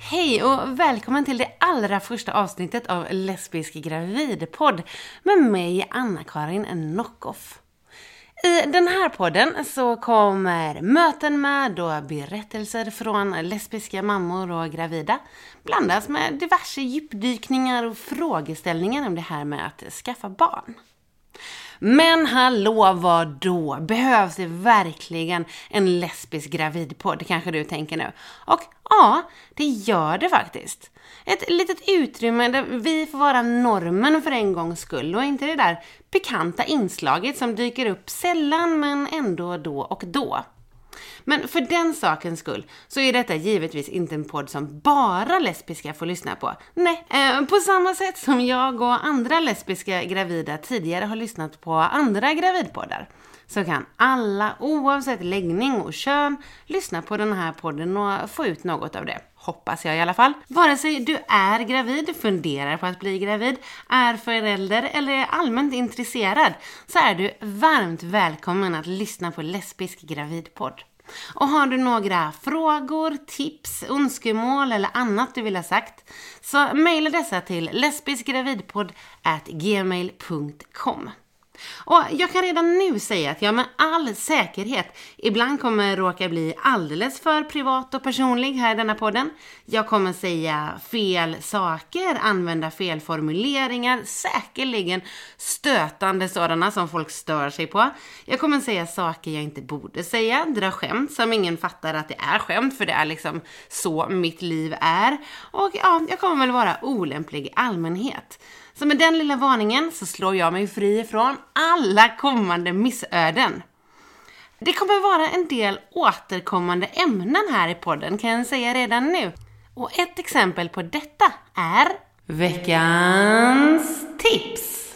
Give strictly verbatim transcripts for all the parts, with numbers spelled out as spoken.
Hej och välkommen till det allra första avsnittet av Lesbisk gravidpodd med mig, Anna-Karin Knockoff. I den här podden så kommer möten med och berättelser från lesbiska mammor och gravida blandas med diverse djupdykningar och frågeställningar om det här med att skaffa barn. Men hallå, vad då? Behövs det verkligen en lesbisk gravidpodd, kanske du tänker nu? Och ja, det gör det faktiskt. Ett litet utrymme där vi får vara normen för en gångs skull och inte det där pikanta inslaget som dyker upp sällan men ändå då och då. Men för den sakens skull så är detta givetvis inte en podd som bara lesbiska får lyssna på. Nej, eh, på samma sätt som jag och andra lesbiska gravida tidigare har lyssnat på andra gravidpoddar, så kan alla oavsett läggning och kön lyssna på den här podden och få ut något av det. Hoppas jag i alla fall. Vare sig du är gravid, funderar på att bli gravid, är förälder eller är allmänt intresserad, så är du varmt välkommen att lyssna på Lesbisk gravidpodd. Och har du några frågor, tips, önskemål eller annat du vill ha sagt, så mejla dessa till lesbiskgravidpodd at gmail punkt com. Och jag kan redan nu säga att jag med all säkerhet ibland kommer råka bli alldeles för privat och personlig här i denna podden. Jag kommer säga fel saker, använda fel formuleringar, säkerligen stötande sådana som folk stör sig på. Jag kommer säga saker jag inte borde säga, dra skämt som ingen fattar att det är skämt, för det är liksom så mitt liv är. Och ja, jag kommer väl vara olämplig i allmänhet. Så med den lilla varningen så slår jag mig fri från alla kommande missöden. Det kommer vara en del återkommande ämnen här i podden, kan jag säga redan nu. Och ett exempel på detta är veckans tips.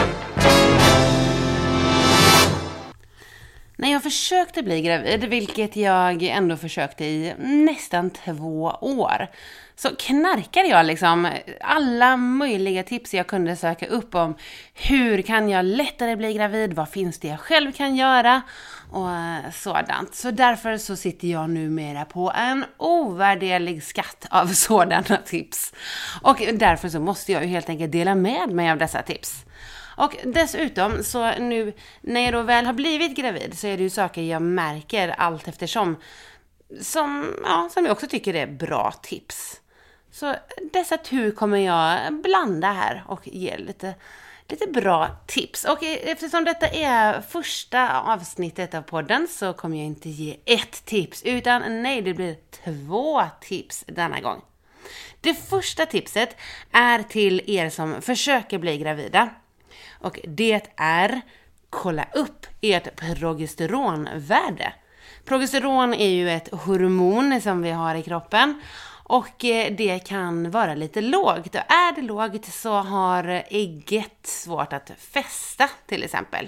När jag försökte bli gravid, vilket jag ändå försökte i nästan två år, så knarkade jag liksom alla möjliga tips jag kunde söka upp om hur kan jag lättare bli gravid, vad finns det jag själv kan göra och sådant. Så därför så sitter jag numera på en ovärderlig skatt av sådana tips. Och därför så måste jag ju helt enkelt dela med mig av dessa tips. Och dessutom så nu när jag då väl har blivit gravid så är det ju saker jag märker allt eftersom som, ja, som jag också tycker är bra tips. Så dessa tur kommer jag blanda här och ge lite, lite bra tips. Och eftersom detta är första avsnittet av podden så kommer jag inte ge ett tips, utan nej, det blir två tips denna gång. Det första tipset är till er som försöker bli gravida. Och det är: kolla upp ert progesteronvärde. Progesteron är ju ett hormon som vi har i kroppen. Och det kan vara lite lågt. Och är det lågt så har ägget svårt att fästa till exempel.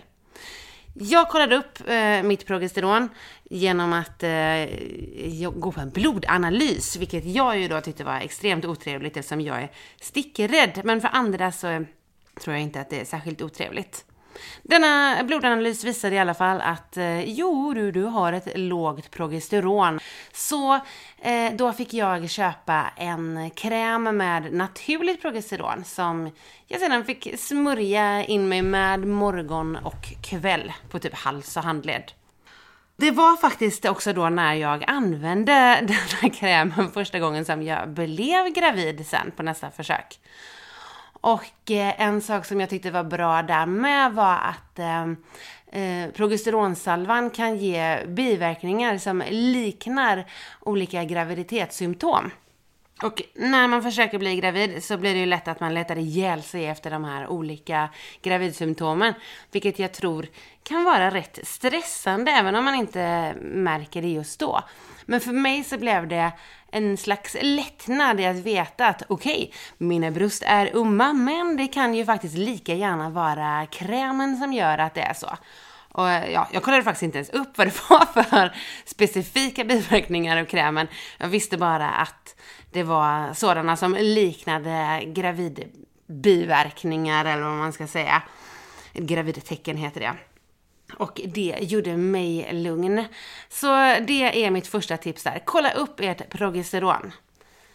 Jag kollade upp eh, mitt progesteron genom att eh, gå på en blodanalys. Vilket jag ju då tyckte var extremt otrevligt eftersom jag är stickrädd. Men för andra så tror jag inte att det är särskilt otrevligt. Denna blodanalys visade i alla fall att eh, jo, du, du har ett lågt progesteron. Så eh, då fick jag köpa en kräm med naturligt progesteron som jag sedan fick smörja in mig med morgon och kväll på typ hals och handled. Det var faktiskt också då när jag använde den här krämen första gången som jag blev gravid sen på nästa försök. Och eh, en sak som jag tyckte var bra där med var att eh, eh, progesteronsalvan kan ge biverkningar som liknar olika graviditetssymptom. Och när man försöker bli gravid så blir det ju lätt att man letar ihjäl sig efter de här olika gravidsymptomen. Vilket jag tror kan vara rätt stressande även om man inte märker det just då. Men för mig så blev det en slags lättnad i att veta att okej, okay, mina bröst är umma, men det kan ju faktiskt lika gärna vara krämen som gör att det är så. Och ja, jag kollade faktiskt inte ens upp vad det var för specifika biverkningar av krämen. Jag visste bara att det var sådana som liknade gravidbiverkningar eller vad man ska säga. Gravidtecken heter det. Och det gjorde mig lugn. Så det är mitt första tips där. Kolla upp ert progesteron.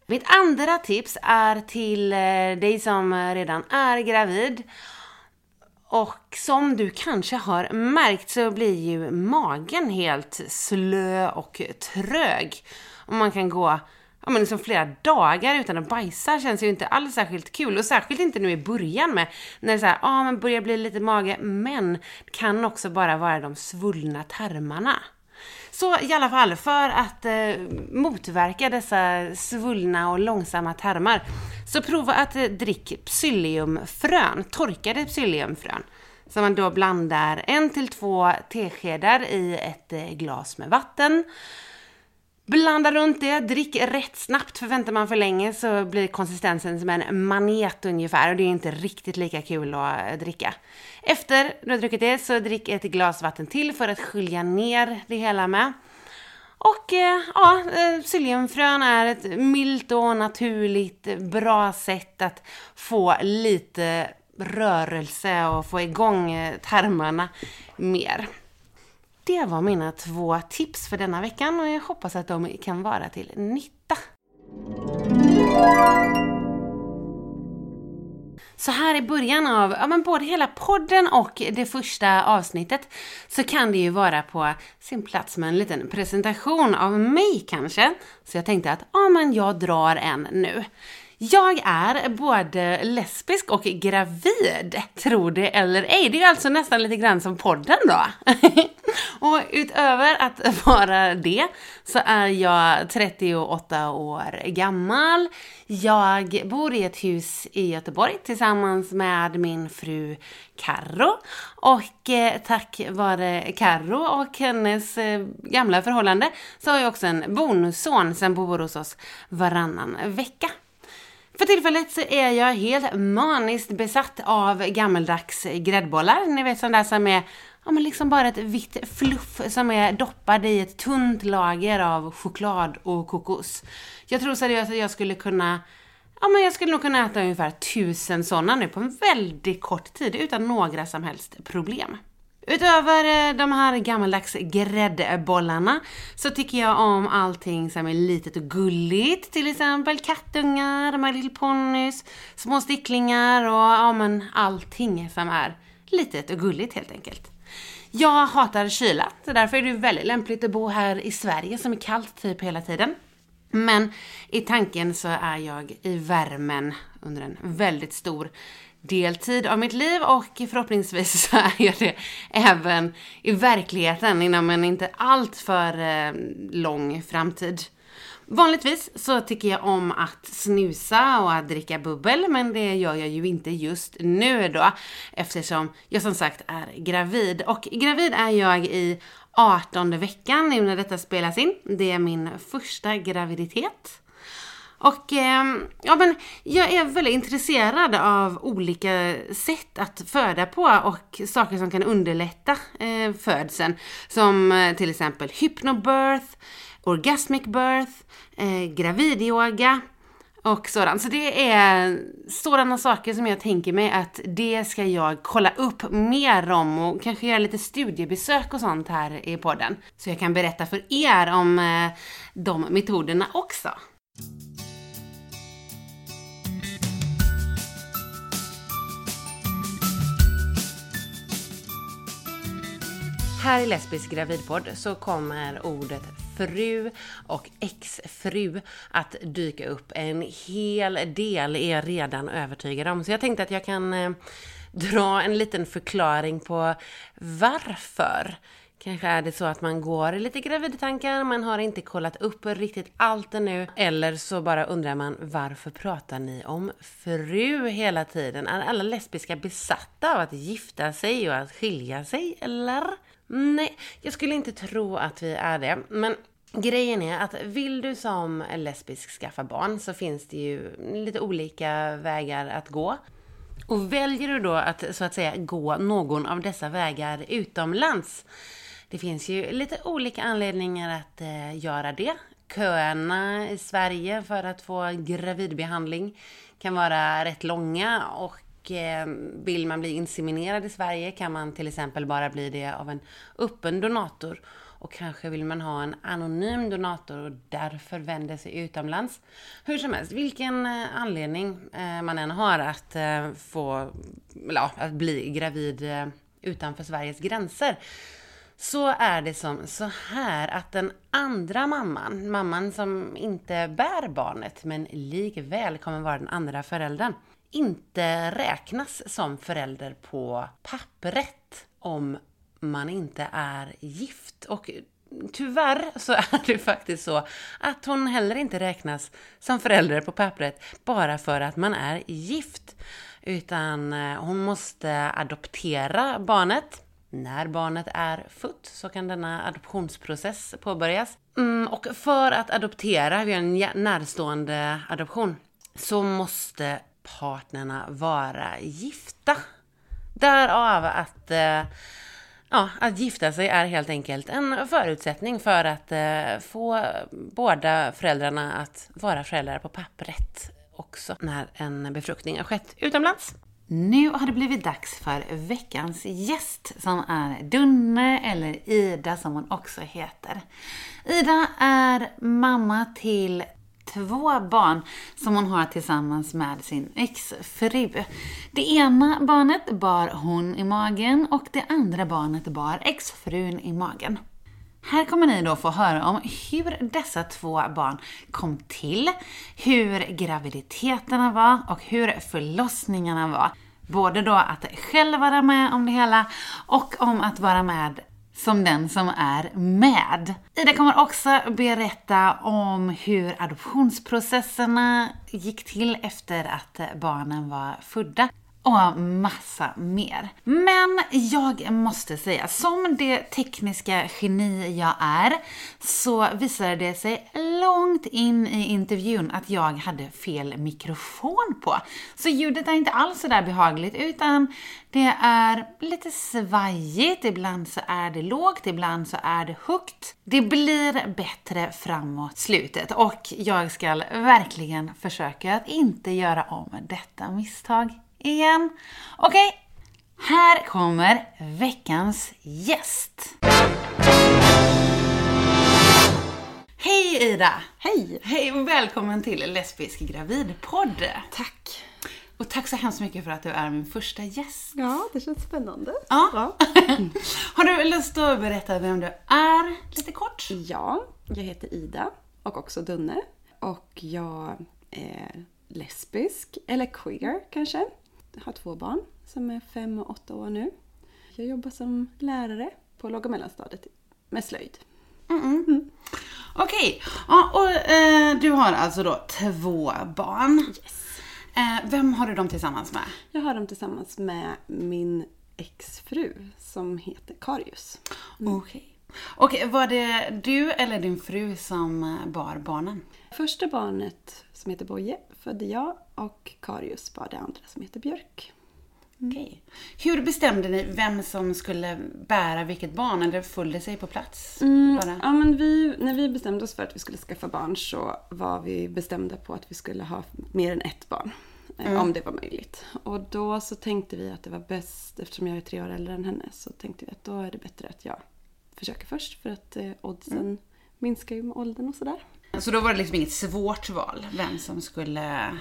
Mitt andra tips är till dig som redan är gravid. Och som du kanske har märkt så blir ju magen helt slö och trög. Och man kan gå ja, men liksom flera dagar utan att bajsa känns ju inte alls särskilt kul. Och särskilt inte nu i början med när det så här, ah, man börjar bli lite mage. Men det kan också bara vara de svullna tarmarna. Så i alla fall, för att eh, motverka dessa svullna och långsamma tarmar så prova att eh, dricka psylliumfrön, torkade psylliumfrön. Så man då blandar en till två teskedar i ett eh, glas med vatten. Blanda runt det, drick rätt snabbt, för väntar man för länge så blir konsistensen som en manet ungefär och det är inte riktigt lika kul att dricka. Efter du har druckit det så drick ett glas vatten till för att skölja ner det hela med. Och eh, ja, psylliumfrön är ett milt och naturligt bra sätt att få lite rörelse och få igång tarmarna mer. Det var mina två tips för denna veckan och jag hoppas att de kan vara till nytta. Så här i början av ja, men både hela podden och det första avsnittet så kan det ju vara på sin plats med en liten presentation av mig kanske. Så jag tänkte att ja, men jag drar en nu. Jag är både lesbisk och gravid, tror det eller ej. Det är alltså nästan lite grann som podden då. Och utöver att vara det så är jag trettioåtta år gammal. Jag bor i ett hus i Göteborg tillsammans med min fru Karo. Och eh, tack vare Karo och hennes eh, gamla förhållande så har jag också en bonusson som bor hos oss varannan vecka. För tillfället så är jag helt maniskt besatt av gammeldags gräddbollar. Ni vet sån där som är ja, men liksom bara ett vitt fluff som är doppad i ett tunt lager av choklad och kokos. Jag tror seriöst att jag skulle kunna ja, men jag skulle nog kunna äta ungefär tusen sådana nu på en väldigt kort tid utan några som helst problem. Utöver de här gammaldags gräddbollarna så tycker jag om allting som är litet och gulligt. Till exempel kattungar, My Little Ponies, små sticklingar och ja, men allting som är litet och gulligt helt enkelt. Jag hatar kyla, så därför är det väldigt lämpligt att bo här i Sverige som är kallt typ hela tiden. Men i tanken så är jag i värmen under en väldigt stor deltid av mitt liv och förhoppningsvis så är jag det även i verkligheten inom en inte allt för eh, lång framtid. Vanligtvis så tycker jag om att snusa och att dricka bubbel, men det gör jag ju inte just nu då eftersom jag som sagt är gravid. Och gravid är jag i artonde veckan nu när detta spelas in. Det är min första graviditet. Och eh, ja, men jag är väldigt intresserad av olika sätt att föda på och saker som kan underlätta eh, födseln. Som eh, till exempel hypnobirth, orgasmic birth, eh, gravidyoga och sådant. Så det är sådana saker som jag tänker mig att det ska jag kolla upp mer om och kanske göra lite studiebesök och sånt här i podden. Så jag kan berätta för er om eh, de metoderna också. Här i Lesbisk gravidpodd så kommer ordet fru och exfru att dyka upp en hel del, är jag redan övertygad om. Så jag tänkte att jag kan eh, dra en liten förklaring på varför. Kanske är det så att man går i lite gravidtankar, man har inte kollat upp riktigt allt ännu. Eller så bara undrar man, varför pratar ni om fru hela tiden? Är alla lesbiska besatta av att gifta sig och att skilja sig, eller? Nej, jag skulle inte tro att vi är det. Men grejen är att vill du som lesbisk skaffa barn så finns det ju lite olika vägar att gå. Och väljer du då att så att säga gå någon av dessa vägar utomlands, det finns ju lite olika anledningar att eh, göra det. Köerna i Sverige för att få gravidbehandling kan vara rätt långa och eh, vill man bli inseminerad i Sverige kan man till exempel bara bli det av en öppen donator. och kanske vill man ha en anonym donator och därför vänder sig utomlands. Hur som helst, vilken anledning man än har att få, ja, att bli gravid utanför Sveriges gränser, så är det som så här att den andra mamman, mamman som inte bär barnet men likväl kommer vara den andra föräldern, inte räknas som förälder på pappret om man inte är gift. Och tyvärr så är det faktiskt så att hon heller inte räknas som förälder på pappret bara för att man är gift. Utan hon måste adoptera barnet. När barnet är fött så kan denna adoptionsprocess påbörjas. Mm, och för att adoptera vid en närstående adoption så måste partnerna vara gifta. Därav att, eh, ja, att gifta sig är helt enkelt en förutsättning för att eh, få båda föräldrarna att vara föräldrar på pappret också när en befruktning har skett utomlands. Nu har det blivit dags för veckans gäst som är Dunne, eller Ida som hon också heter. Ida är mamma till två barn som hon har tillsammans med sin exfru. Det ena barnet bar hon i magen och det andra barnet bar exfrun i magen. Här kommer ni då få höra om hur dessa två barn kom till, hur graviditeterna var och hur förlossningarna var. Både då att själv vara med om det hela och om att vara med som den som är med. Ida kommer också berätta om hur adoptionsprocesserna gick till efter att barnen var födda. Och massa mer. Men jag måste säga, som det tekniska geni jag är, så visade det sig långt in i intervjun att jag hade fel mikrofon på. Så ljudet är inte alls så där behagligt, utan det är lite svajigt. Ibland så är det lågt, ibland så är det högt. Det blir bättre framåt slutet och jag ska verkligen försöka att inte göra om detta misstag igen. Okej, här kommer veckans gäst. Hej Ida! Hej! Hej och välkommen till Lesbisk gravidpodd. Tack! Och tack så hemskt mycket för att du är min första gäst. Ja, det känns spännande. Ja. Ja. Har du lust att berätta vem du är lite kort? Ja, jag heter Ida och också Dunne. Och jag är lesbisk, eller queer kanske. Jag har två barn som är fem och åtta år nu. Jag jobbar som lärare på låg- och mellanstadiet med slöjd. Mm. Mm. Okej, ja, och eh, du har alltså då två barn. Yes. Eh, vem har du dem tillsammans med? Jag har dem tillsammans med min exfru som heter Karius. Mm. Okej. Och var det du eller din fru som bar barnen? Första barnet som heter Boje födde jag och Karius var det andra som heter Björk. Mm. Okej. Hur bestämde ni vem som skulle bära vilket barn, eller föll det sig på plats? Mm, Bara? ja, men vi, när vi bestämde oss för att vi skulle skaffa barn så var vi bestämda på att vi skulle ha mer än ett barn. Mm. Om det var möjligt. Och då så tänkte vi att det var bäst, eftersom jag är tre år äldre än henne, så tänkte vi att då är det bättre att jag försöker först för att eh, oddsen mm. minskar ju med åldern och sådär. Så då var det liksom inget svårt val, vem som skulle...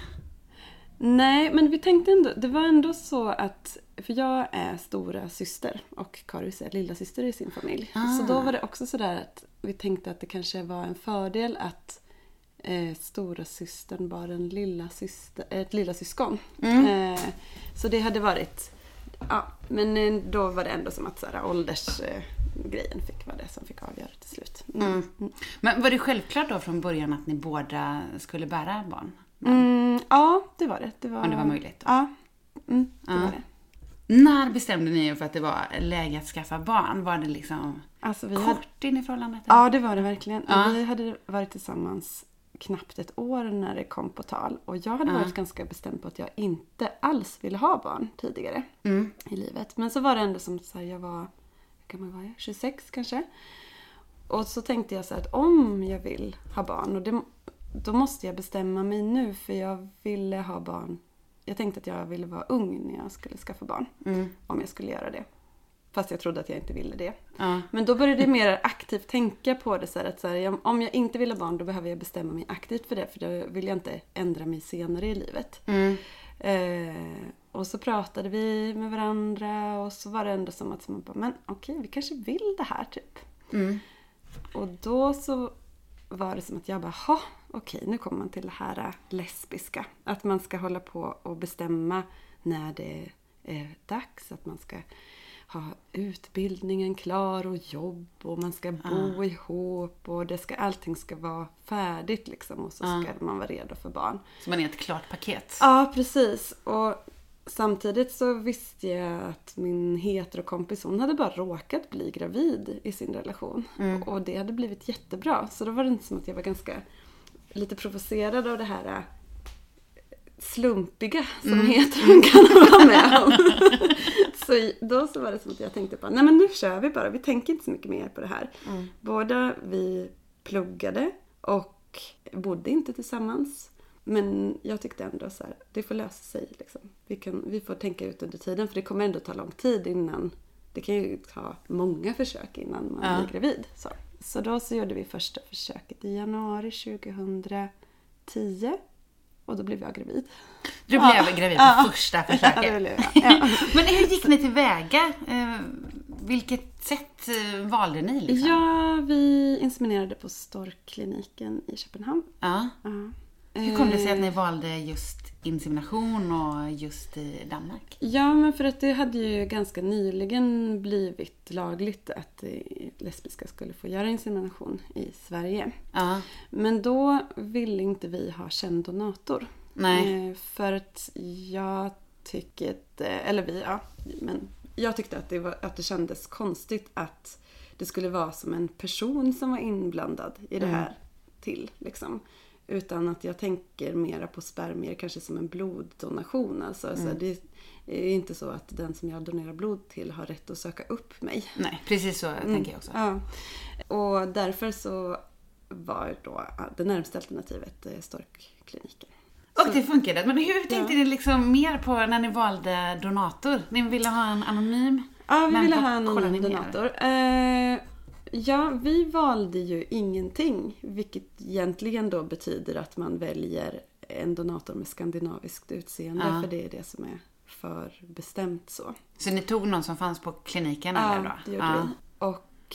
Nej, men vi tänkte ändå, det var ändå så att, för jag är stora syster och Karius är lilla syster i sin familj. Ah. Så då var det också sådär att vi tänkte att det kanske var en fördel att eh, stora systern var en lilla syster, ett lilla syskon. Mm. Eh, så det hade varit, ja, men då var det ändå som att sådär, åldersgrejen eh, fick vara det som fick avgöra till slut. Mm. Mm. Men var det självklart då från början att ni båda skulle bära barn? Mm, ja, det var det. det var... Om det var möjligt? Ja, mm, det ja. var det. När bestämde ni er för att det var läge att skaffa barn? Var det liksom alltså, vi kort hade... in i förhållandet? Ja, det var det verkligen. Ja. Vi hade varit tillsammans knappt ett år när det kom på tal. Och jag hade ja. varit ganska bestämd på att jag inte alls ville ha barn tidigare mm. i livet. Men så var det ändå som så här, jag var, hur gammal var jag? tjugosex kanske. Och så tänkte jag så här att om jag vill ha barn, och det, då måste jag bestämma mig nu, för jag ville ha barn. Jag tänkte att jag ville vara ung när jag skulle skaffa barn. Mm. Om jag skulle göra det. Fast jag trodde att jag inte ville det. Ja. Men då började jag mer aktivt tänka på det. Så här, att så här, jag, om jag inte vill ha barn, då behöver jag bestämma mig aktivt för det. För då vill jag inte ändra mig senare i livet. Mm. Eh, och så pratade vi med varandra. Och så var det ändå som att man bara, men okej, vi kanske vill det här typ. Mm. Och då så var det som att jag bara, ha, okej, nu kommer man till det här lesbiska. Att man ska hålla på och bestämma när det är dags. Att man ska ha utbildningen klar och jobb och man ska bo Ah. ihop och det ska, allting ska vara färdigt liksom. Och så Ah. ska man vara redo för barn. Så man är ett klart paket. Ja, precis. Och samtidigt så visste jag att min heterokompis, hon hade bara råkat bli gravid i sin relation. Mm. Och det hade blivit jättebra. Så då var det inte som att jag var ganska lite provocerad av det här äh, slumpiga som Mm. heteron kan vara med om. Så då så var det som att jag tänkte bara, nej men nu kör vi bara. Vi tänker inte så mycket mer på det här. Mm. Båda vi pluggade och bodde inte tillsammans. Men jag tyckte ändå så här, det får lösa sig liksom. Vi, kan, vi får tänka ut under tiden, för det kommer ändå ta lång tid innan, det kan ju ta många försök innan man Ja. blir gravid. Så. så då så gjorde vi första försöket i januari tjugohundratio och då blev jag gravid. Du blev Ja. gravid på Ja. första försöket. Ja, det blev jag. Ja. Men hur gick ni tillväga? Eh, vilket sätt eh, valde ni liksom? Ja, vi inseminerade på Storkkliniken i Köpenhamn. Ja. Ja. Hur kom det sig att Eh, ni valde just insemination och just i Danmark? Ja, men för att det hade ju ganska nyligen blivit lagligt att eh, lesbiska skulle få göra insemination i Sverige. Ja. Men då ville inte vi ha känd donator. Nej. Eh, För att jag tycker, att, eh, eller vi, ja, men jag tyckte att det, var, att det kändes konstigt att det skulle vara som en person som var inblandad i det Mm. här till, liksom. Utan att jag tänker mera på spermier kanske som en bloddonation. Alltså, Mm. så det är inte så att den som jag donerar blod till har rätt att söka upp mig. Nej, precis så tänker jag också. Ja. Och därför så var då det närmaste alternativet eh, Storkkliniken. Och det funkade. Men hur tänkte Ja. ni liksom mer på när ni valde donator? Ni ville ha en anonym? Ja, vi Men ville vad ha en kollade ni anonym mer? donator. Eh, ja, vi valde ju ingenting. Vilket egentligen då betyder att man väljer en donator med skandinaviskt utseende. Ja. För det är det som är för bestämt så. Så ni tog någon som fanns på kliniken Ja, eller då? det gjorde vi. Och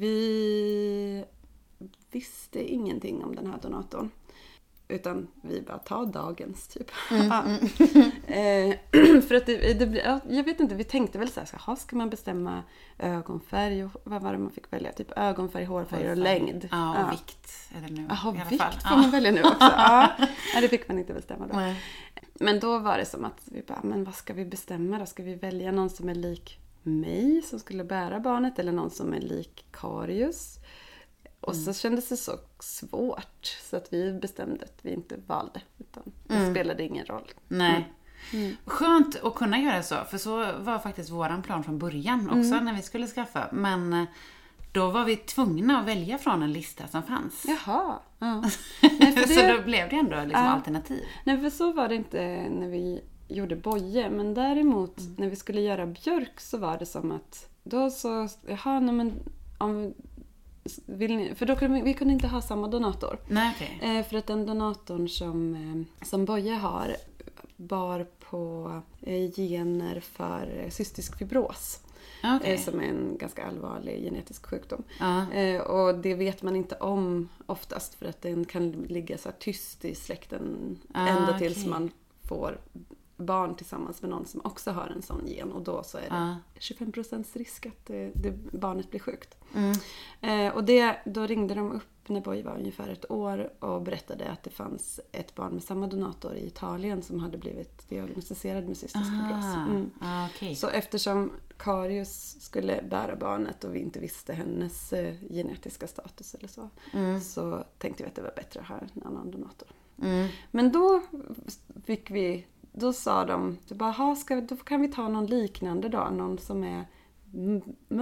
vi visste ingenting om den här donatorn. Utan vi bara tar dagens typ. Mm, Ja. mm. Eh, för att det, det blir, ja, jag vet inte, vi tänkte väl så här, så här, ska man bestämma ögonfärg och vad var det man fick välja? Typ ögonfärg, hårfärg och längd. Ja, och Ja. vikt är det nu Jaha, i alla vikt fall. får Ja. man välja nu också. Ja. Nej, det fick man inte bestämma då. Nej. Men då var det som att vi bara, men vad ska vi bestämma då? Ska vi välja någon som är lik mig som skulle bära barnet eller någon som är lik Karius? Och så kändes det så svårt så att vi bestämde att vi inte valde. Utan det Mm. spelade ingen roll. Nej. Mm. Skönt att kunna göra så, för så var faktiskt våran plan från början också Mm. när vi skulle skaffa. Men eh, då var vi tvungna att välja från en lista som fanns. Jaha. Ja. Nej, för Så det, då blev det ändå liksom Ja. alternativ. nej, för så var det inte när vi gjorde Boje. Men däremot Mm. när vi skulle göra Björk så var det som att då så, jaha, nej, men om vill ni, för då kunde vi, vi kunde inte ha samma donator. Nej, okej. Eh, för att den donatorn som, eh, som Boje har bar på eh, gener för eh, cystisk fibros. Ja, okej. Eh, som är en ganska allvarlig genetisk sjukdom. Ja. Eh, och det vet man inte om oftast för att den kan ligga så här tyst i släkten Ah, ända tills okej. man får barn tillsammans med någon som också har en sån gen. Och då så är det Ja. tjugofem procent risk att det, det, barnet blir sjukt. Mm. Eh, och det, då ringde de upp när Boy var ungefär ett år och berättade att det fanns ett barn med samma donator i Italien som hade blivit diagnostiserad med cystisk fibros. Ah, Mm. ah, okej. Så eftersom Karius skulle bära barnet och vi inte visste hennes eh, genetiska status eller så, Mm. så tänkte vi att det var bättre att ha en annan donator. Mm. Men då fick vi, då sa de, bara, "Ha, ska vi, då kan vi ta någon liknande då, någon som är m- mörk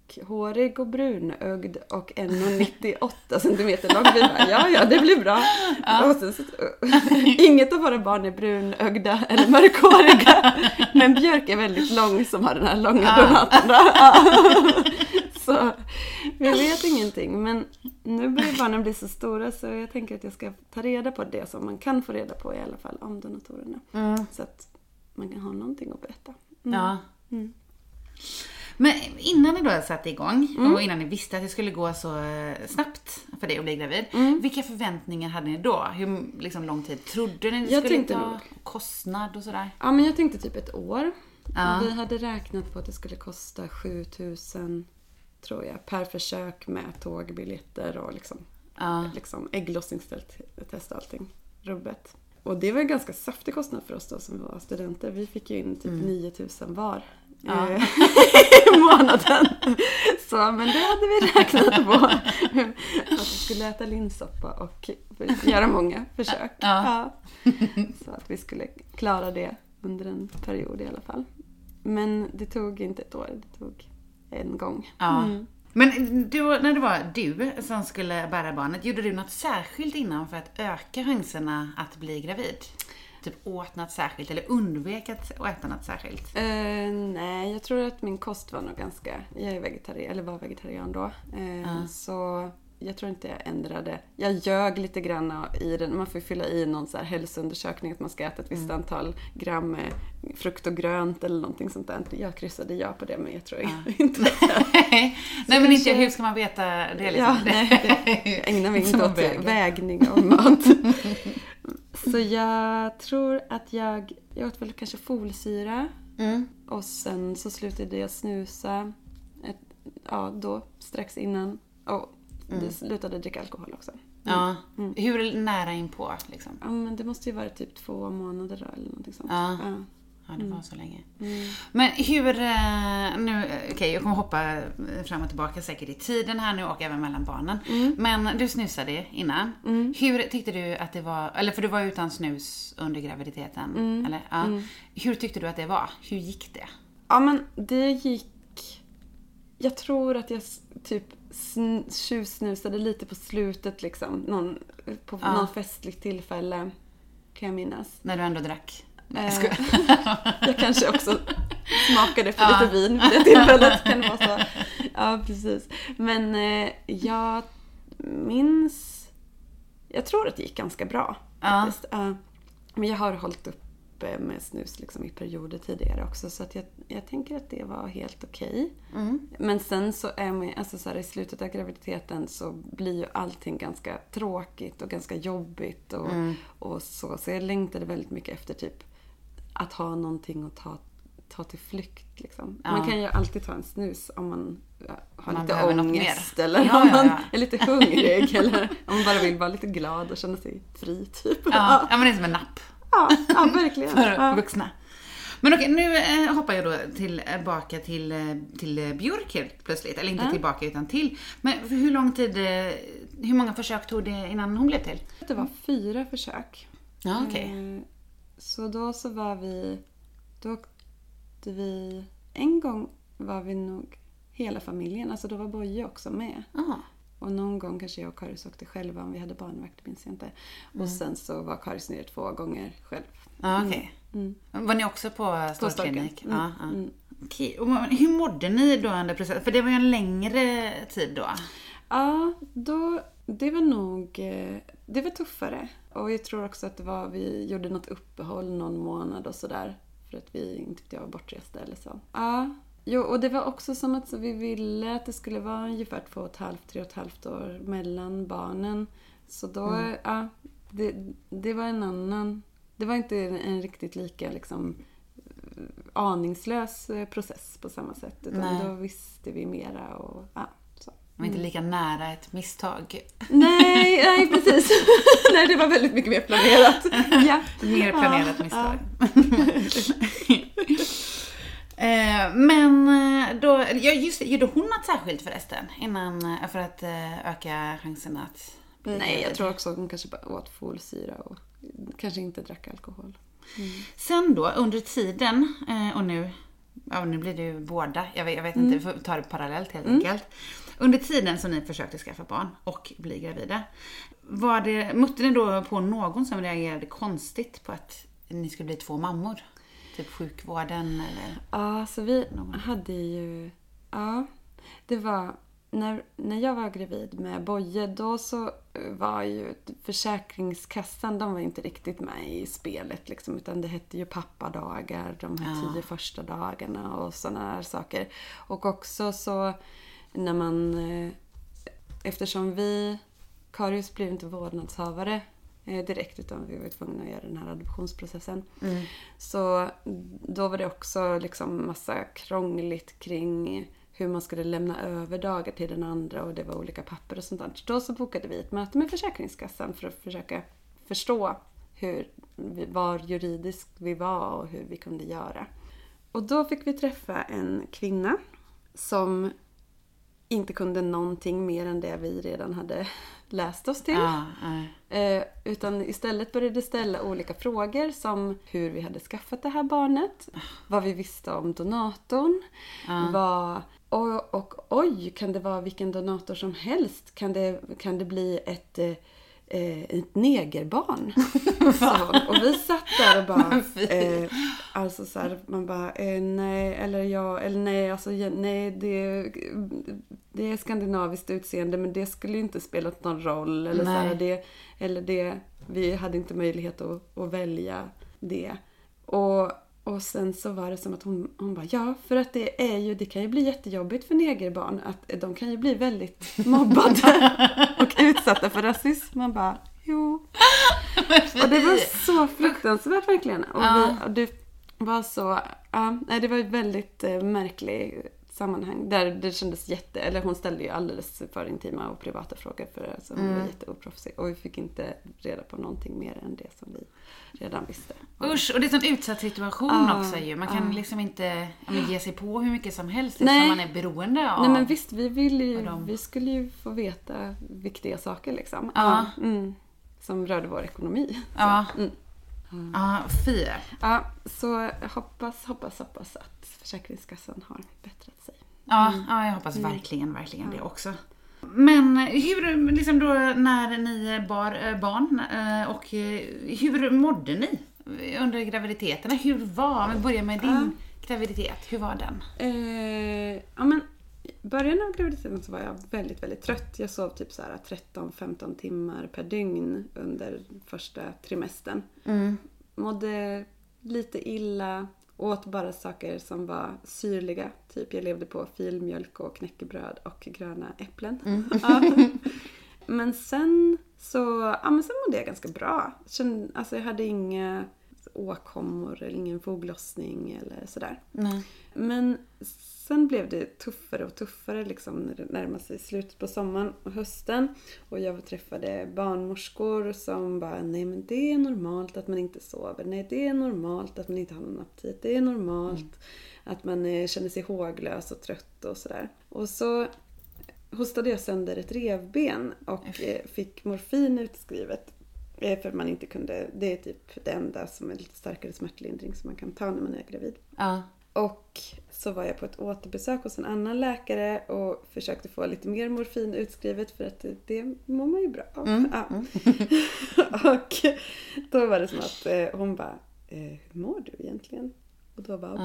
mörkhårig och brunögd och en komma nittioåtta centimeter lång. Vi bara, ja, ja, det blir bra. Ja. Och sen, så, inget av våra barn är brunögda eller mörkhåriga. Men Björk är väldigt lång som har den här långa ja. donaten. Ja. Så vi vet ingenting. Men nu börjar barnen bli så stora så jag tänker att jag ska ta reda på det som man kan få reda på i alla fall om donatorerna. Mm. Så att man kan ha någonting att berätta. Mm. Ja. Mm. Men innan ni då satte igång mm. och innan ni visste att det skulle gå så snabbt för dig att bli gravid, mm. vilka förväntningar hade ni då? Hur liksom, lång tid trodde ni det jag skulle ta? Nog. Kostnad och sådär? Ja, men jag tänkte typ ett år. Ja. Och vi hade räknat på att det skulle kosta sju tusen tror jag per försök med tågbiljetter och liksom, ja. liksom ägglossningstest och allting. Rubbet. Och det var en ganska saftig kostnad för oss då som var studenter. Vi fick ju in typ mm. nio tusen var ja. i månaden. Så, men det hade vi räknat på. Att vi skulle äta linssoppa och göra många försök. Ja. Ja. Så att vi skulle klara det under en period i alla fall. Men det tog inte ett år, det tog en gång. Ja. Mm. Men du, när det var du som skulle bära barnet, gjorde du något särskilt innan för att öka chanserna att bli gravid? Typ åt något särskilt eller undvek att äta något särskilt? Uh, nej, jag tror att min kost var nog ganska... Jag är vegetarian, eller var vegetarian då. Uh, uh. Så jag tror inte jag ändrade. Jag ljög lite grann i den. Man får fylla i någon så här hälsoundersökning att man ska äta ett visst mm. antal gram frukt och grönt eller någonting sånt där. Jag kryssade ja på det, men jag tror ja. inte att jag... Nej, men kanske... inte hur ska man veta det? Liksom? Ja, nej, det ägnar mig inte åt vägning av mat. Så jag tror att jag... Jag åt väl kanske folsyra. Mm. Och sen så slutade jag snusa. Ett, ja, då strax innan. Och Mm. det slutade dricka alkohol också. Mm. Ja. Mm. Hur nära in på liksom? Ja, men det måste ju vara typ två månader då, eller någonting sånt. Ja. Ja. Ja, det var mm. så länge. Mm. Men hur nu okej, okay, jag kommer hoppa fram och tillbaka säkert i tiden här nu och även mellan barnen. Mm. Men du snusade innan. Mm. Hur tyckte du att det var, eller för du var utan snus under graviditeten mm. eller ja. Mm. Hur tyckte du att det var? Hur gick det? Ja, men det gick. Jag tror att jag typ tjuvsnusade lite på slutet liksom. Någon, på ja. någon festligt tillfälle kan jag minnas. När du ändå drack? Nej, jag, jag kanske också smakade för ja. lite vin vid det tillfället. Kan det vara så? Ja, precis. Men eh, jag minns... Jag tror att det gick ganska bra. Ja. Uh, men jag har hållit upp med snus liksom i perioder tidigare också, så att jag, jag tänker att det var helt okej. Mm. Men sen så är man, alltså så här, i slutet av graviditeten så blir ju allting ganska tråkigt och ganska jobbigt och, mm. och så. Så jag längtade väldigt mycket efter typ att ha någonting att ta, ta till flykt liksom. Ja. Man kan ju alltid ta en snus om man har man lite ångest eller ja, om man ja, ja. är lite hungrig eller om man bara vill vara lite glad och känna sig fri typ. Ja, ja men det är som en napp. Ja, ja, verkligen. För ja. vuxna. Men okej, nu eh, hoppar jag då tillbaka till, till Björk helt plötsligt. Eller inte ja. tillbaka utan till. Men hur lång tid, hur många försök tog det innan hon blev till? Det var fyra försök. Ja, okej. Okay. Så då så var vi, då åkte vi, en gång var vi nog hela familjen. Alltså då var Boje också med. Aha. Och någon gång kanske jag och Karis åkte själva om vi hade barnvakt, minns jag inte. Mm. Och sen så var Karis nere två gånger själv. Ja, okej. Okay. Mm. Var ni också på storklinik? Mm. Ja, ja. Mm. Okej. Och hur mådde ni då under processen? För det var ju en längre tid då. Ja, då, det var nog, det var tuffare. Och jag tror också att det var, vi gjorde något uppehåll någon månad och sådär. För att vi inte jag var bortresta eller så. Ja. Jo, och det var också som att så vi ville att det skulle vara ungefär två och ett halvt, tre och ett halvt år mellan barnen. Så då, mm. ja, det, det var en annan, det var inte en, en riktigt lika liksom aningslös process på samma sätt. Utan Nej. Då visste vi mera och ja, så. Det var inte lika nära ett misstag. Nej, nej precis. Nej, det var väldigt mycket mer planerat. Ja. Mer planerat ja, misstag. Ja. Men då, ja just gjorde hon något särskilt förresten innan för att öka chansen att bli Nej, jag tror också att hon kanske bara åt folsyra och kanske inte drack alkohol. Mm. Sen då under tiden och nu ja, nu blir det ju båda. Jag vet, jag vet inte, vi får ta det parallellt helt mm. enkelt. Under tiden som ni försökte skaffa barn och bli gravida, var det, mötte ni då på någon som reagerade konstigt på att ni skulle bli två mammor? Typ sjukvården eller? Ja, så vi någon. hade ju, ja, det var, när, när jag var gravid med Boje, då så var ju Försäkringskassan, de var inte riktigt med i spelet liksom, utan det hette ju pappadagar, de här ja. tio första dagarna och sådana här saker. Och också så när man, eftersom vi, Karius blev inte vårdnadshavare direkt, utan vi var tvungna att göra den här adoptionsprocessen. Mm. Så då var det också liksom massa krångligt kring hur man skulle lämna över dagar till den andra, och det var olika papper och sånt där. Då så bokade vi ett möte med Försäkringskassan för att försöka förstå hur vi, var juridiskt vi var och hur vi kunde göra. Och då fick vi träffa en kvinna som inte kunde någonting mer än det vi redan hade läst oss till. Ah, ah. Eh, utan istället började ställa olika frågor som hur vi hade skaffat det här barnet, ah. vad vi visste om donatorn, ah. vad, och, och oj, kan det vara vilken donator som helst? Kan det, kan det bli ett... Eh, ett negerbarn. Så, och vi satt där och bara eh, alltså så här, man bara eh, nej, eller ja, eller nej, alltså nej, det, det är skandinaviskt utseende, men det skulle ju inte spela någon roll eller så här, det, eller det, vi hade inte möjlighet att, att välja det. Och Och sen så var det som att hon, hon bara, ja, för att det är ju, det kan ju bli jättejobbigt för negerbarn. Att de kan ju bli väldigt mobbade och utsatta för rasism. Man bara, jo. Och det var så fruktansvärt verkligen. Och, vi, och det var så, ja, det var ett väldigt eh, märkligt sammanhang. Där det kändes jätte, eller hon ställde ju alldeles för intima och privata frågor för alltså, hon mm. var jätteoproffsig. Och vi fick inte reda på någonting mer än det som vi redan visste. Usch, och det är en sån utsatt situation ah, också ju. Man kan ah. liksom inte men, ge sig på hur mycket som helst som man är beroende av. Nej, men visst, vi ville ju, vi skulle ju få veta viktiga saker liksom. Ah. Mm, som rörde vår ekonomi. Ja. Så, mm. Ja, fy. Ja, så hoppas, hoppas, hoppas att Försäkringskassan har bättrat sig. Ja, mm. ja jag hoppas verkligen, verkligen mm. det också. Men hur, liksom då när ni bar barn och hur mådde ni under graviditeterna? Hur var, vi börjar med din uh. graviditet, hur var den? Uh, ja men, början av graviditeten så var jag väldigt, väldigt trött. Jag sov typ så här tretton femton timmar per dygn under första trimestern. Mm. Mådde lite illa, åt bara saker som var syrliga. Typ jag levde på filmjölk och knäckebröd och gröna äpplen. Mm. Ja. Men sen så, ja men sen mådde jag ganska bra. Kände, alltså jag hade inga åkommor eller ingen foglossning eller sådär. Mm. Men sen blev det tuffare och tuffare liksom när det närmade sig slutet på sommaren och hösten. Och jag träffade barnmorskor som bara, nej men det är normalt att man inte sover. Nej, det är normalt att man inte har någon aptit. Det är normalt mm. att man känner sig håglös och trött och sådär. Och så hostade jag sönder ett revben och mm. fick morfin utskrivet. För man inte kunde, det är typ det enda som är lite starkare smärtlindring som man kan ta när man är gravid. Ja. Och så var jag på ett återbesök hos en annan läkare och försökte få lite mer morfin utskrivet för att det, det mår man ju bra av. Mm. Ja. Mm. Och då var det som att eh, hon bara, eh, hur mår du egentligen? Och då bara,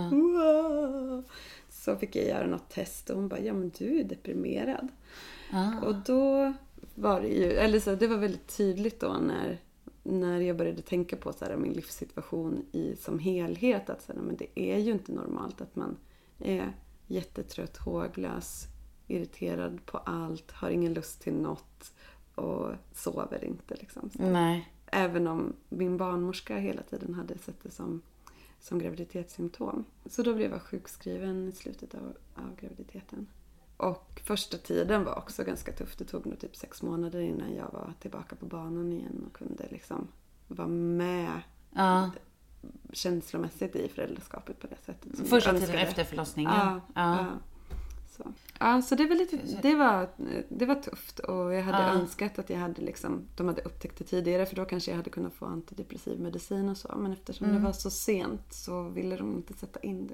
mm. så fick jag göra något test och hon bara, ja men du är deprimerad. Mm. Och då var det ju, eller så det var väldigt tydligt då när när jag började tänka på så här, min livssituation i, som helhet, att så här, men det är ju inte normalt att man är jättetrött, håglös, irriterad på allt, har ingen lust till något och sover inte. Liksom. Nej. Även om min barnmorska hela tiden hade sett det som, som graviditetssymptom. Så då blev jag sjukskriven i slutet av, av graviditeten. Och första tiden var också ganska tufft. Det tog nog typ sex månader innan jag var tillbaka på banan igen och kunde liksom vara med ja. känslomässigt i föräldraskapet på det sättet. Första tiden efter förlossningen. Ja, ja. ja. Så. Ja, så det var lite, det var, det var tufft och jag hade ja. önskat att jag hade liksom, de hade upptäckt det tidigare för då kanske jag hade kunnat få antidepressiv medicin och så. Men eftersom mm. det var så sent så ville de inte sätta in det då.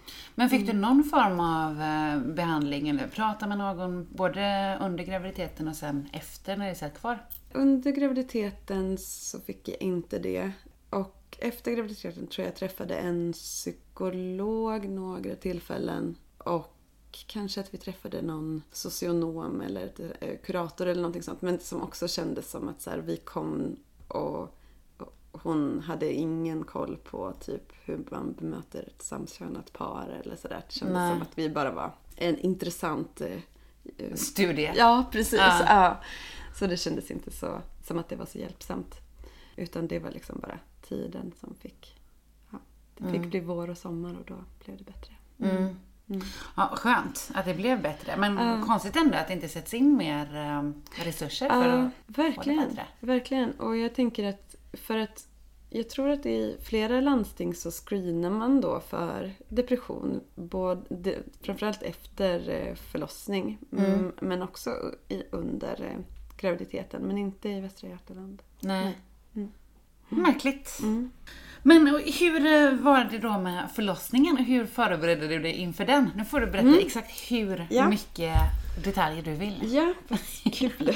Men fick du någon form av eh, behandling eller prata med någon både under graviditeten och sen efter när det satt kvar? Under graviditeten så fick jag inte det. Och efter graviditeten tror jag jag träffade en psykolog några tillfällen. Och kanske att vi träffade någon socionom eller ett, eh, kurator eller någonting sånt. Men som också kändes som att så här, vi kom och, och hon hade ingen koll på typ hur man bemöter ett samkönat par eller sådär. Det kändes Nej. som att vi bara var en intressant eh, Studie. Ja, precis. Ja. Ja. Så det kändes inte så som att det var så hjälpsamt. Utan det var liksom bara tiden som fick... Ja, det fick Mm. bli vår och sommar och då blev det bättre. Mm. Mm. Ja, skönt att det blev bättre. Men Ja. konstigt ändå att det inte sätts in mer eh, resurser för Ja, att få det verkligen. bättre. Verkligen. Och jag tänker att för att jag tror att i flera landsting så screenar man då för depression. Både, framförallt efter eh, förlossning. Mm. Mm, men också i, under eh, graviditeten. Men inte i Västra Götaland. Nej. Mm. Märkligt. Mm. Men hur eh, var det då med förlossningen? Hur förberedde du dig inför den? Nu får du berätta Mm. exakt hur Ja. mycket detaljer du vill. Ja, vad kul.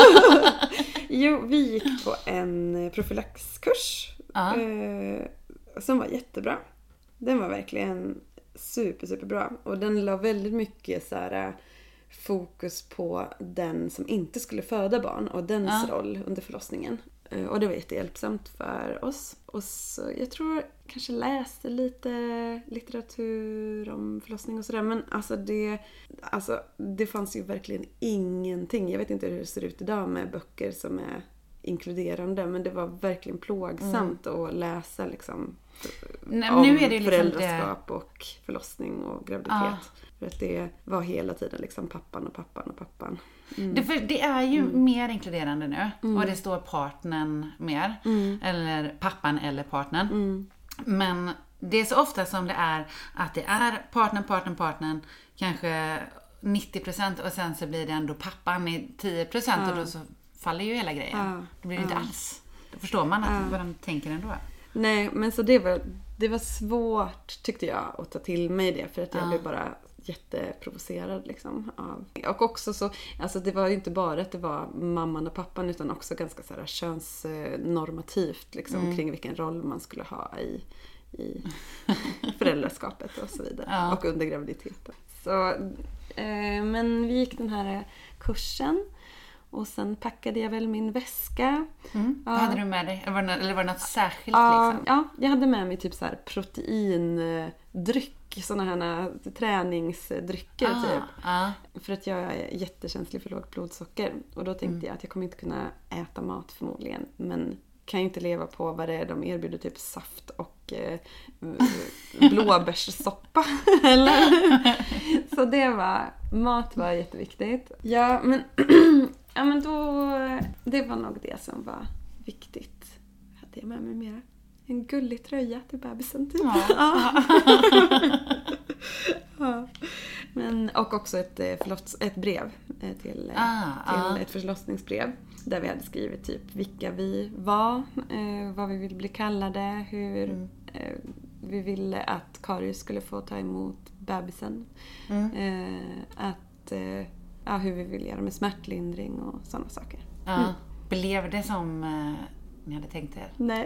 Jo, vi gick på en profylaxkurs Ja. eh, som var jättebra. Den var verkligen super, super bra. Och den la väldigt mycket så här, fokus på den som inte skulle föda barn och dens Ja. roll under förlossningen. Eh, Och det var jättehjälpsamt för oss. Och så, jag tror kanske läste lite litteratur om förlossning och sådär. Men alltså det, alltså det fanns ju verkligen ingenting. Jag vet inte hur det ser ut idag med böcker som är inkluderande. Men det var verkligen plågsamt att läsa liksom, Nej, om nu är det liksom föräldraskap och förlossning och graviditet. Ja. För att det var hela tiden liksom pappan och pappan och pappan. Mm. Det, för det är ju mer inkluderande nu. Mm. Och det står partnern mer. Mm. Eller pappan eller partnern. Mm. Men det är så ofta som det är att det är partnern, partnern, partnern. Kanske nittio procent och sen så blir det ändå pappan i tio procent. Ja. Och då så faller ju hela grejen. Ja. Det blir det inte Ja. alls. Då förstår man att, Ja. vad de tänker ändå. Nej, men så det var, det var svårt tyckte jag att ta till mig det. För att jag Ja. blev bara jätteprovocerad liksom av. Och också så, alltså det var ju inte bara att det var mamman och pappan utan också ganska så här könsnormativt liksom Mm. kring vilken roll man skulle ha i, i föräldraskapet och så vidare. Ja. Och under graviditeten. Så, eh, men vi gick den här kursen och sen packade jag väl min väska. Mm. Ja. Vad hade du med dig? Eller var det, eller var det något särskilt Ja, liksom? ja, jag hade med mig typ så här proteindryck, såna här träningsdrycker Ah, typ. ah. För att jag är jättekänslig för lågt blodsocker. Och då tänkte Mm. jag att jag kommer inte kunna äta mat förmodligen. Men kan ju inte leva på vad det är de erbjuder, typ saft och eh, blåbärssoppa. Eller? Så det var, mat var jätteviktigt. Ja, men, ja, men då, det var nog det som var viktigt. Hade jag med mig mera? En gullig tröja till bebisen typ. Ja. Ja. Men, och också ett, eh, förloss, ett brev eh, till, eh, Ah, till ah. ett förlossningsbrev. Där vi hade skrivit typ vilka vi var, eh, vad vi ville bli kallade, hur Mm. eh, vi ville att Karius skulle få ta emot bebisen. Mm. Eh, att, eh, ja, hur vi ville göra med smärtlindring och sådana saker. Ja. Mm. Blev det som eh, ni hade tänkt er? Nej.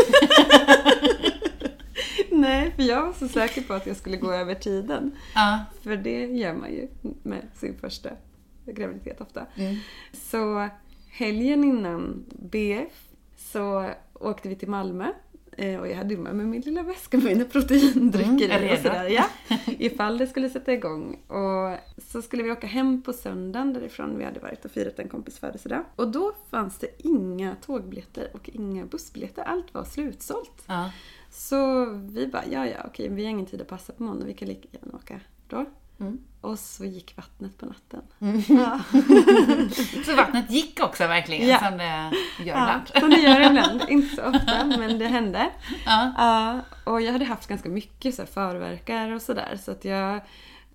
Nej, för jag var så säker på att jag skulle gå över tiden. Ja. För det gör man ju med sin första graviditet ofta. Mm. Så helgen innan B F så åkte vi till Malmö. Eh, Och jag hade ju med mig min lilla väska med mina proteindrycker Mm, i redo. och sådär. Ja, ifall det skulle sätta igång. Och så skulle vi åka hem på söndagen därifrån. Vi hade varit och firat en kompis födelsedag. Och då fanns det inga tågbiljetter och inga bussbiljetter. Allt var slutsålt. Ja. Så vi bara, ja ja okej, vi har ingen tid att passa på måndag. Vi kan lika gärna åka då. Mm. Och så gick vattnet på natten. Mm. Ja. Så vattnet gick också verkligen Ja. som det gör Ja, ibland. som det gör ibland. Inte så ofta, men det hände. Ja. Ja, och jag hade haft ganska mycket så här förverkar och sådär. Så att jag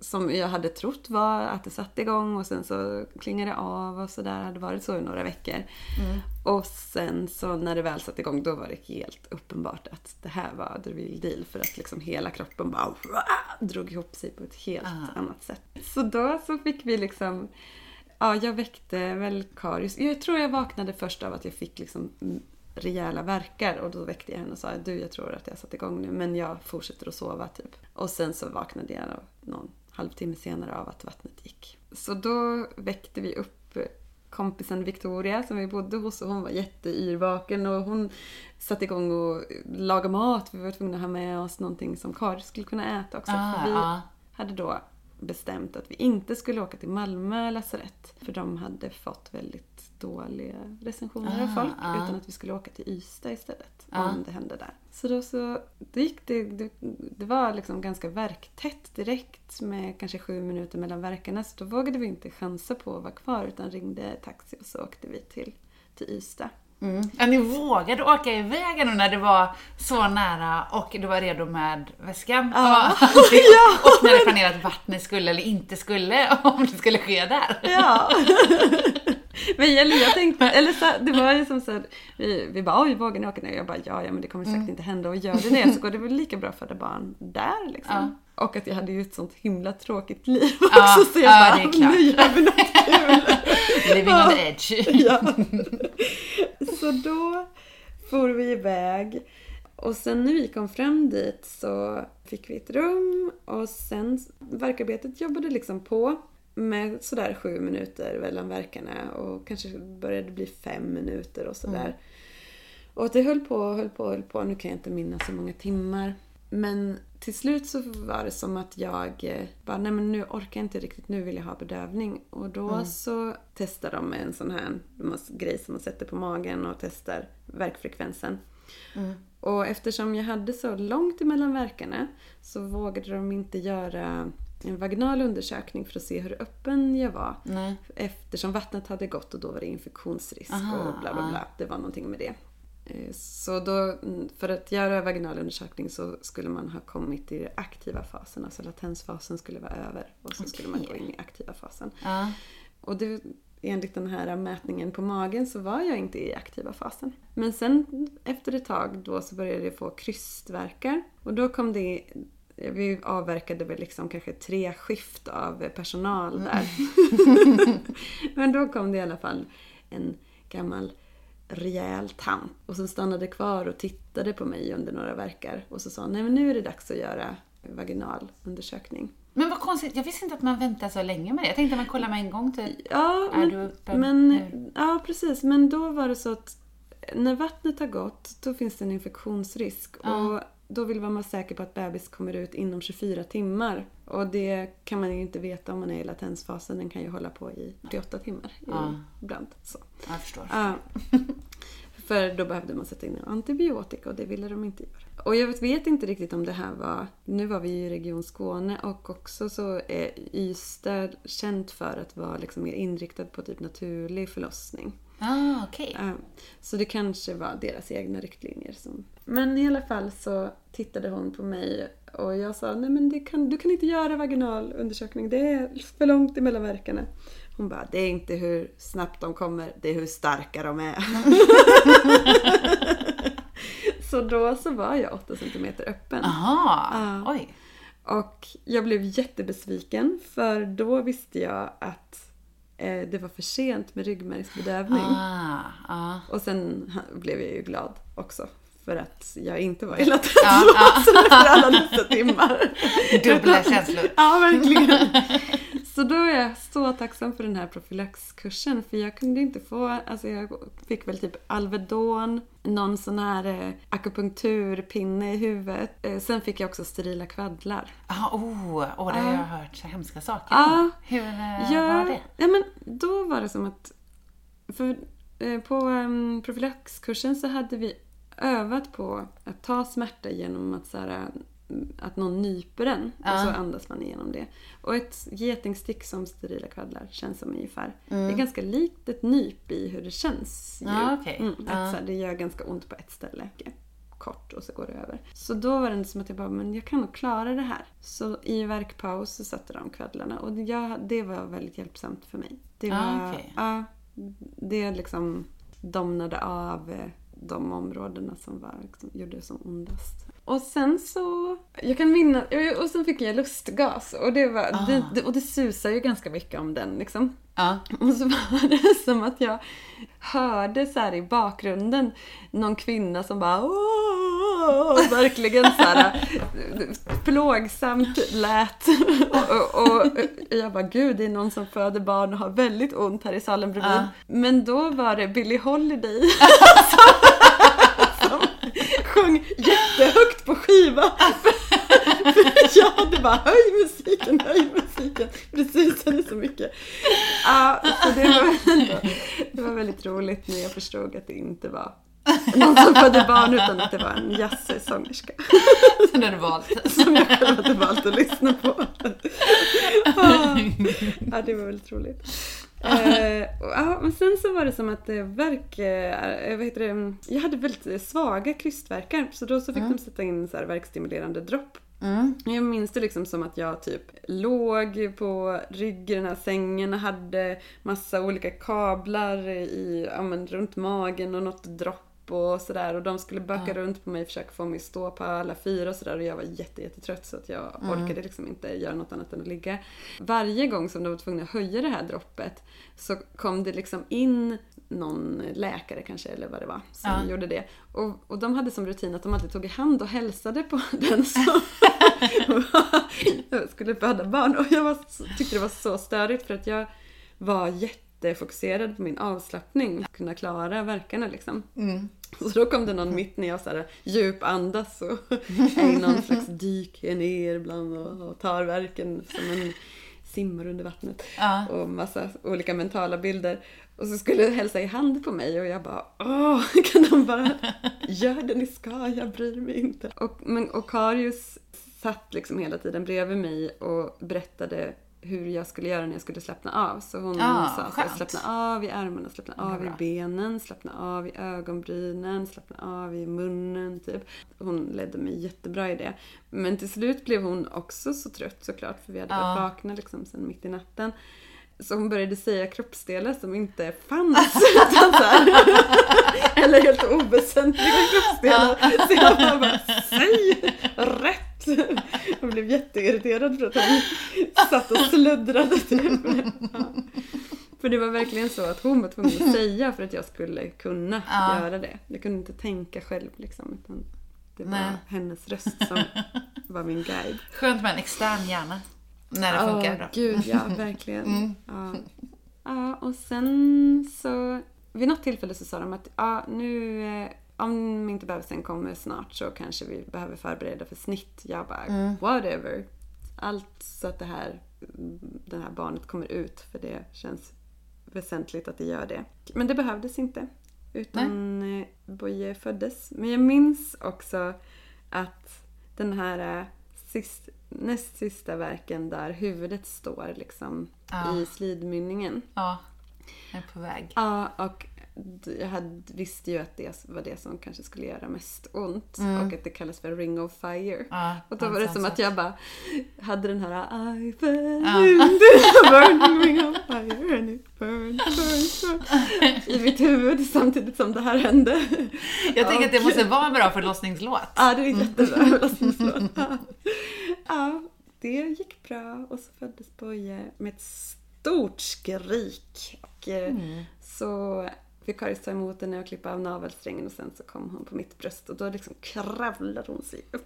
som jag hade trott var att det satt igång och sen så klingade det av och så där. Hade varit så i några veckor. Mm. Och sen så när det väl satt igång, då var det helt uppenbart att det här var the real deal. För att liksom hela kroppen bara drog ihop sig på ett helt ah. annat sätt. Så då så fick vi liksom, ja, jag väckte väl Karius. Jag tror jag vaknade först av att jag fick liksom rejäla verkar, och då väckte jag henne och sa, du, jag tror att jag satt igång nu, men jag fortsätter att sova typ. Och sen så vaknade jag någon halvtimme senare av att vattnet gick. Så då väckte vi upp kompisen Victoria som vi bodde hos, och hon var jätteyrvaken och hon satte igång och lagade mat. Vi var tvungna att ha med oss någonting som Kari skulle kunna äta också. Ah, för vi ah. hade då bestämt att vi inte skulle åka till Malmö lasarett, för de hade fått väldigt dåliga recensioner ah, av folk, ah. utan att vi skulle åka till Ystad istället, ah. om det hände där. Så då så det gick det, det, det var liksom ganska verktätt direkt med kanske sju minuter mellan verkarna, så då vågade vi inte chansa på att vara kvar, utan ringde taxi och så åkte vi till, till Ystad. Mm. Ja, ni vågade åka iväg nu när det var så nära och du var redo med väskan. Ja. Och, och, och när det planerat vart ni skulle eller inte skulle, om det skulle ske där. Ja. Men jag, jag tänkte, eller så, det var ju som så här, vi, vi bara, oj, vågar ni åka ner? Jag bara, ja, ja, men det kommer säkert mm. inte hända, och gör det det så går det väl lika bra för det barn där liksom. Ja. Och att jag hade ju ett sånt himla tråkigt liv också, ja, så jag ja, bara, nu gör vi något kul. Living on the edge. Ja. Så då for vi iväg, och sen när vi kom fram dit så fick vi ett rum, och sen verkarbetet jobbade liksom på med sådär sju minuter mellan verkarna, och kanske började bli fem minuter och sådär. Mm. Och det höll på, höll på, höll på. Nu kan jag inte minnas så många timmar. Men till slut så var det som att jag bara, nej men nu orkar jag inte riktigt, nu vill jag ha bedövning. Och då mm. så testar de med en sån här grej som man sätter på magen och testar verkfrekvensen. Mm. Och eftersom jag hade så långt emellan verkarna så vågade de inte göra en vaginal undersökning för att se hur öppen jag var. Nej. Eftersom vattnet hade gått, och då var det infektionsrisk. Aha, och bla bla bla. Ah. Det var någonting med det. Så då, för att göra vaginal undersökning så skulle man ha kommit i den aktiva fasen. Alltså latensfasen skulle vara över. Och så okay. skulle man gå in i aktiva fasen. Ah. Och det, enligt den här mätningen på magen så var jag inte i aktiva fasen. Men sen efter ett tag då så började jag få krystvärkar. Och då kom det... Vi avverkade väl liksom kanske tre skift av personal där. Mm. Men då kom det i alla fall en gammal rejäl tant. Och som stannade kvar och tittade på mig under några verkar. Och så sa, nej men nu är det dags att göra vaginal undersökning. Men vad konstigt, jag visste inte att man väntar så länge med det. Jag tänkte att man kollar med en gång typ. Ja, är men, du uppe? Men, ja, precis. Men då var det så att när vattnet har gått, då finns det en infektionsrisk. Ja. Och då vill man vara säker på att bebis kommer ut inom tjugofyra timmar. Och det kan man ju inte veta om man är i latensfasen. Den kan ju hålla på i åtta timmar ja. ibland. Så. Jag förstår. Ja. För då behövde man sätta in antibiotika, och det ville de inte göra. Och jag vet inte riktigt om det här var... Nu var vi i Region Skåne, och också så är Ystad känt för att vara liksom mer inriktad på typ naturlig förlossning. Ah, okej. Okay. Så det kanske var deras egna riktlinjer. Som... Men i alla fall så tittade hon på mig, och jag sa, nej men det kan, du kan inte göra vaginal undersökning. Det är för långt emellan verkarna. Hon bara, det är inte hur snabbt de kommer, det är hur starka de är. Så då så var jag åtta centimeter öppen. Aha, uh, oj. Och jag blev jättebesviken, för då visste jag att eh, det var för sent med ryggmärgsbedövning. Ah, ah. Och sen blev jag ju glad också, för att jag inte var i latensfasen ah, ah. efter alla dessa timmar. Dubbla känslor. Ja, verkligen. Så då är jag så tacksam för den här profylaxkursen, för jag kunde inte få, alltså jag fick väl typ Alvedon, någon sån här eh, akupunkturpinne i huvudet. Eh, sen fick jag också sterila kvaddlar. Ah, oh, oh, det har uh, jag hört så hemska saker. Uh, Hur eh, ja, var det? Ja, men då var det som att, för eh, på um, profylaxkursen så hade vi övat på att ta smärta genom att så här, att någon nyper den, och så andas man igenom det. Och ett getingstick som sterila kvaddlar känns som ungefär. Mm. Det är ganska likt ett nyp i hur det känns. Ja, okay. mm, att, så här, det gör ganska ont på ett ställe. Kort. bort och så går det över. Så då var det som att jag bara, men jag kan nog klara det här. Så i verkpaus så satte de kvällarna och jag, det var väldigt hjälpsamt för mig. Det var, ah, okay. ja, det liksom domnade av de områdena som var, liksom, gjorde det som ondast. Och sen så, jag kan minna, och sen fick jag lustgas och det var, ah. det, det, och det susar ju ganska mycket om den liksom. Ah. Och så var det som att jag hörde så här i bakgrunden någon kvinna som bara åh, verkligen så här plågsamt lät och, och, och jag bara, gud, det är någon som föder barn och har väldigt ont här i salen bredvid. Ah. Men då var det Billie Holiday som, som sjöng jättehögt på skiva. Jag hade bara, höj musiken, höj musiken. Precis, det är så mycket. Ja, så det var, ändå, det var väldigt roligt när jag förstod att det inte var någon som födde barn utan att det var en jazzsångerska. Som du hade valt. Som jag själv hade valt att lyssna på. Ja, det var väldigt roligt. Uh, ja, men sen så var det som att det verk, uh, vad heter det, jag hade väldigt svaga krystvärkar, så då så fick mm. de sätta in så här verkstimulerande dropp. Mm. Jag minns det liksom som att jag typ låg på rygg i den här sängen och hade massa olika kablar i, ja, men, runt magen och något dropp och sådär, och de skulle böka ja. runt på mig och försöka få mig att stå på alla fyra och sådär, och jag var jätte, jättetrött så att jag mm. orkade liksom inte göra något annat än att ligga. Varje gång som de var tvungna att höja det här droppet så kom det liksom in någon läkare kanske, eller vad det var, som ja. gjorde det. Och, och de hade som rutin att de alltid tog i hand och hälsade på den som skulle föda barn. Och jag var, tyckte det var så störigt för att jag var jättefokuserad på min avslappning. Att kunna klara verkarna liksom. Mm. Så då kom det någon mitt när jag så här djup andas och är i någon slags dyk ner ibland och, och tar verken som en simmar under vattnet. Ja. Och massa olika mentala bilder. Och så skulle de hälsa i hand på mig och jag bara, åh, kan de bara gör det ni ska, jag bryr mig inte. Och, men, och Karius satt liksom hela tiden bredvid mig och berättade hur jag skulle göra när jag skulle slappna av. Så hon ah, sa så här, slappna av i armarna, slappna av i benen, slappna av i ögonbrynen, slappna av i munnen typ. Hon ledde mig jättebra i det. Men till slut blev hon också så trött såklart, för vi hade varit ah. vakna liksom sen mitt i natten. Så hon började säga kroppsdelar som inte fanns. Utan så här, eller helt oväsentliga kroppsdelar. Så jag bara, bara säg rätt. Jag blev jätteirriterad för att hon satt och sluddrade till mig. Ja. För det var verkligen så att hon var tvungen att säga för att jag skulle kunna ja. göra det. Jag kunde inte tänka själv liksom, utan det var Nej. hennes röst som var min guide. Skönt med en extern hjärna. När det funkar bra. Åh, gud, ja, verkligen. Mm. Ja. Ja, och sen så vid något tillfälle så sa de att ja, nu, om inte bebisen kommer snart så kanske vi behöver förbereda för snitt. Jag bara, mm. whatever. Allt så att det här, det här barnet kommer ut, för det känns väsentligt att det gör det. Men det behövdes inte, utan Nej. Boje föddes. Men jag minns också att den här sist, näst sista verken där huvudet står liksom ja. i slidmynningen. Ja, jag är på väg. Ja, och jag hade, visste ju att det var det som kanske skulle göra mest ont. Mm. Och att det kallas för Ring of Fire. Ja, och då var det som att jag bara hade den här I fell ja. in the burning ring of fire and it burned, burned, burned i mitt huvud samtidigt som det här hände. Jag tänker och, att det måste vara en bra förlossningslåt. Ja, det är jättebra förlossningslåt. Ja. Ja, det gick bra och så föddes Boje med ett stort skrik. Och mm. så fick Karis ta emot henne och klippa av navelsträngen och sen så kom hon på mitt bröst och då liksom kravlade hon sig upp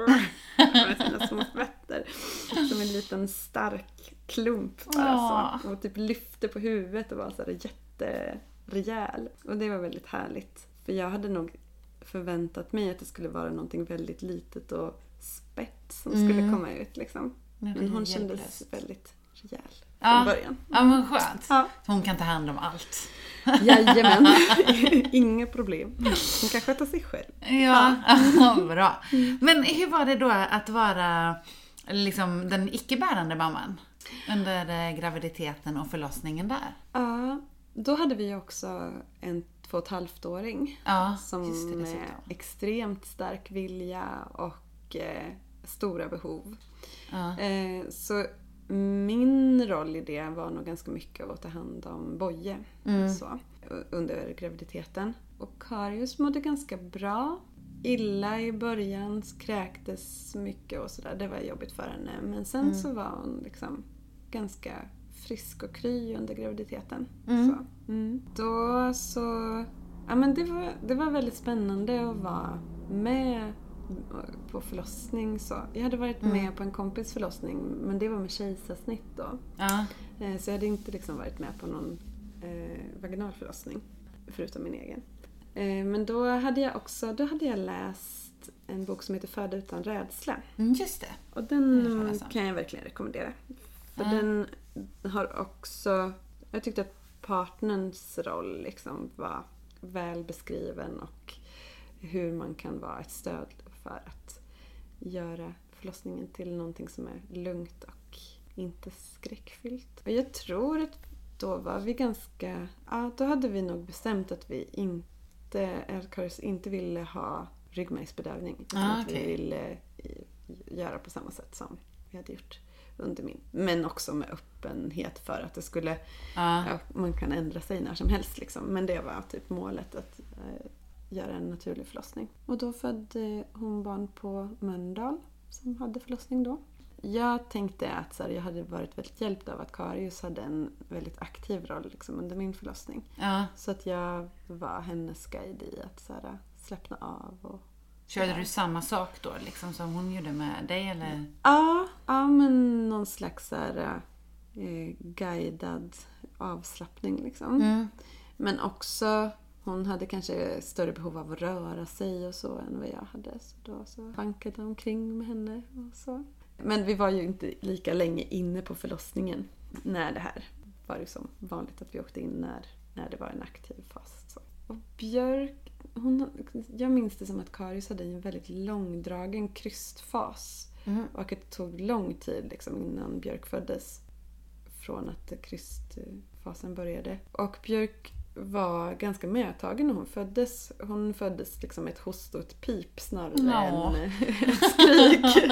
med sina små fötter som en liten stark klump bara så. Och typ lyfte på huvudet och var så där jätterejäl. Och det var väldigt härligt. För jag hade nog förväntat mig att det skulle vara någonting väldigt litet och spett som mm. skulle komma ut liksom. Men hon kändes hjälplöst. Väldigt rejäl ja. från början. Ja, men skönt. Ja. Hon kan ta hand om allt. Jajamän, inga problem. Hon kan sköta sig själv. Ja, ja. Bra. Men hur var det då att vara liksom den icke-bärande mamman under graviditeten och förlossningen där? Ja, då hade vi också en två och ett halvt åring. Ja, som just det, med dessutom. extremt stark vilja och eh, stora behov. Ja. Eh, så min roll i det var nog ganska mycket att ta hand om Boje Mm. så, under graviditeten. Och Karius mådde ganska bra. Illa i början, kräktes mycket och sådär. Det var jobbigt för henne. Men sen Mm. så var hon liksom ganska frisk och kry under graviditeten. Mm. Så. Mm. Då så... Ja, men det var, det var väldigt spännande att vara med på förlossning. Så. Jag hade varit Mm. med på en kompis förlossning, men det var med kejsarsnitt då. Ja. Eh, Så jag hade inte liksom varit med på någon eh, vaginal förlossning, förutom min egen. Eh, men då hade jag också då hade jag läst en bok som heter Föda utan rädsla. Mm, just det. Och Det har jag den läst om. kan jag verkligen rekommendera. För Ja. den har också... Jag tyckte att partnerns roll liksom var väl beskriven och hur man kan vara ett stöd för att göra förlossningen till någonting som är lugnt och inte skräckfyllt. Och jag tror att då var vi ganska... Ja, då hade vi nog bestämt att vi inte, eller Karius inte ville ha ryggmärgsbedövning. Utan Ah, att vi okej. ville i- göra på samma sätt som vi hade gjort under min. Men också med öppenhet för att det skulle... Ja. Ja, man kan ändra sig när som helst liksom. Men det var typ målet att eh, göra en naturlig förlossning. Och då födde hon barn på Mölndal som hade förlossning då. Jag tänkte att så här, jag hade varit väldigt hjälpt av att Karius hade en väldigt aktiv roll liksom, under min förlossning. Ja. Så att jag var hennes guide i att så här, slappna av. Och, Körde du samma sak då liksom som hon gjorde med dig eller? ja, ja, men någon slags så här, eh, guidad avslappning liksom. Mm. Men också, hon hade kanske större behov av att röra sig och så än vad jag hade. Så då så vankade jag omkring med henne och så. Men vi var ju inte lika länge inne på förlossningen när det här var ju som vanligt att vi åkte in när, när det var en aktiv fas. Så. Och Björk, hon, jag minns det som att Karius hade en väldigt långdragen krystfas. Mm. Och att det tog lång tid liksom, innan Björk föddes. Från att krystfasen började. Och Björk var ganska medtagen när hon föddes. Hon föddes liksom ett host och ett pip snarare Ja. än ett skrik.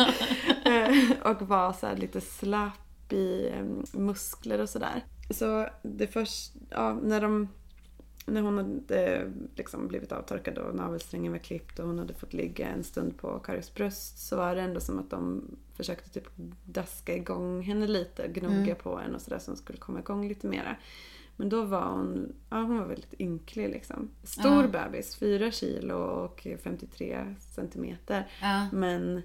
Eh, och var så här lite slapp i eh, muskler och sådär. Så det först, ja, när de när hon hade liksom blivit avtorkad och navelsträngen var klippt och hon hade fått ligga en stund på Karius bröst, så var det ändå som att de försökte typ daska igång henne lite, gnugga Mm. på henne och sådär, så hon skulle komma igång lite mera. Men då var hon, ja, hon var väldigt ynklig liksom. Stor Ja. bebis, fyra kilo och femtiotre centimeter. Ja. Men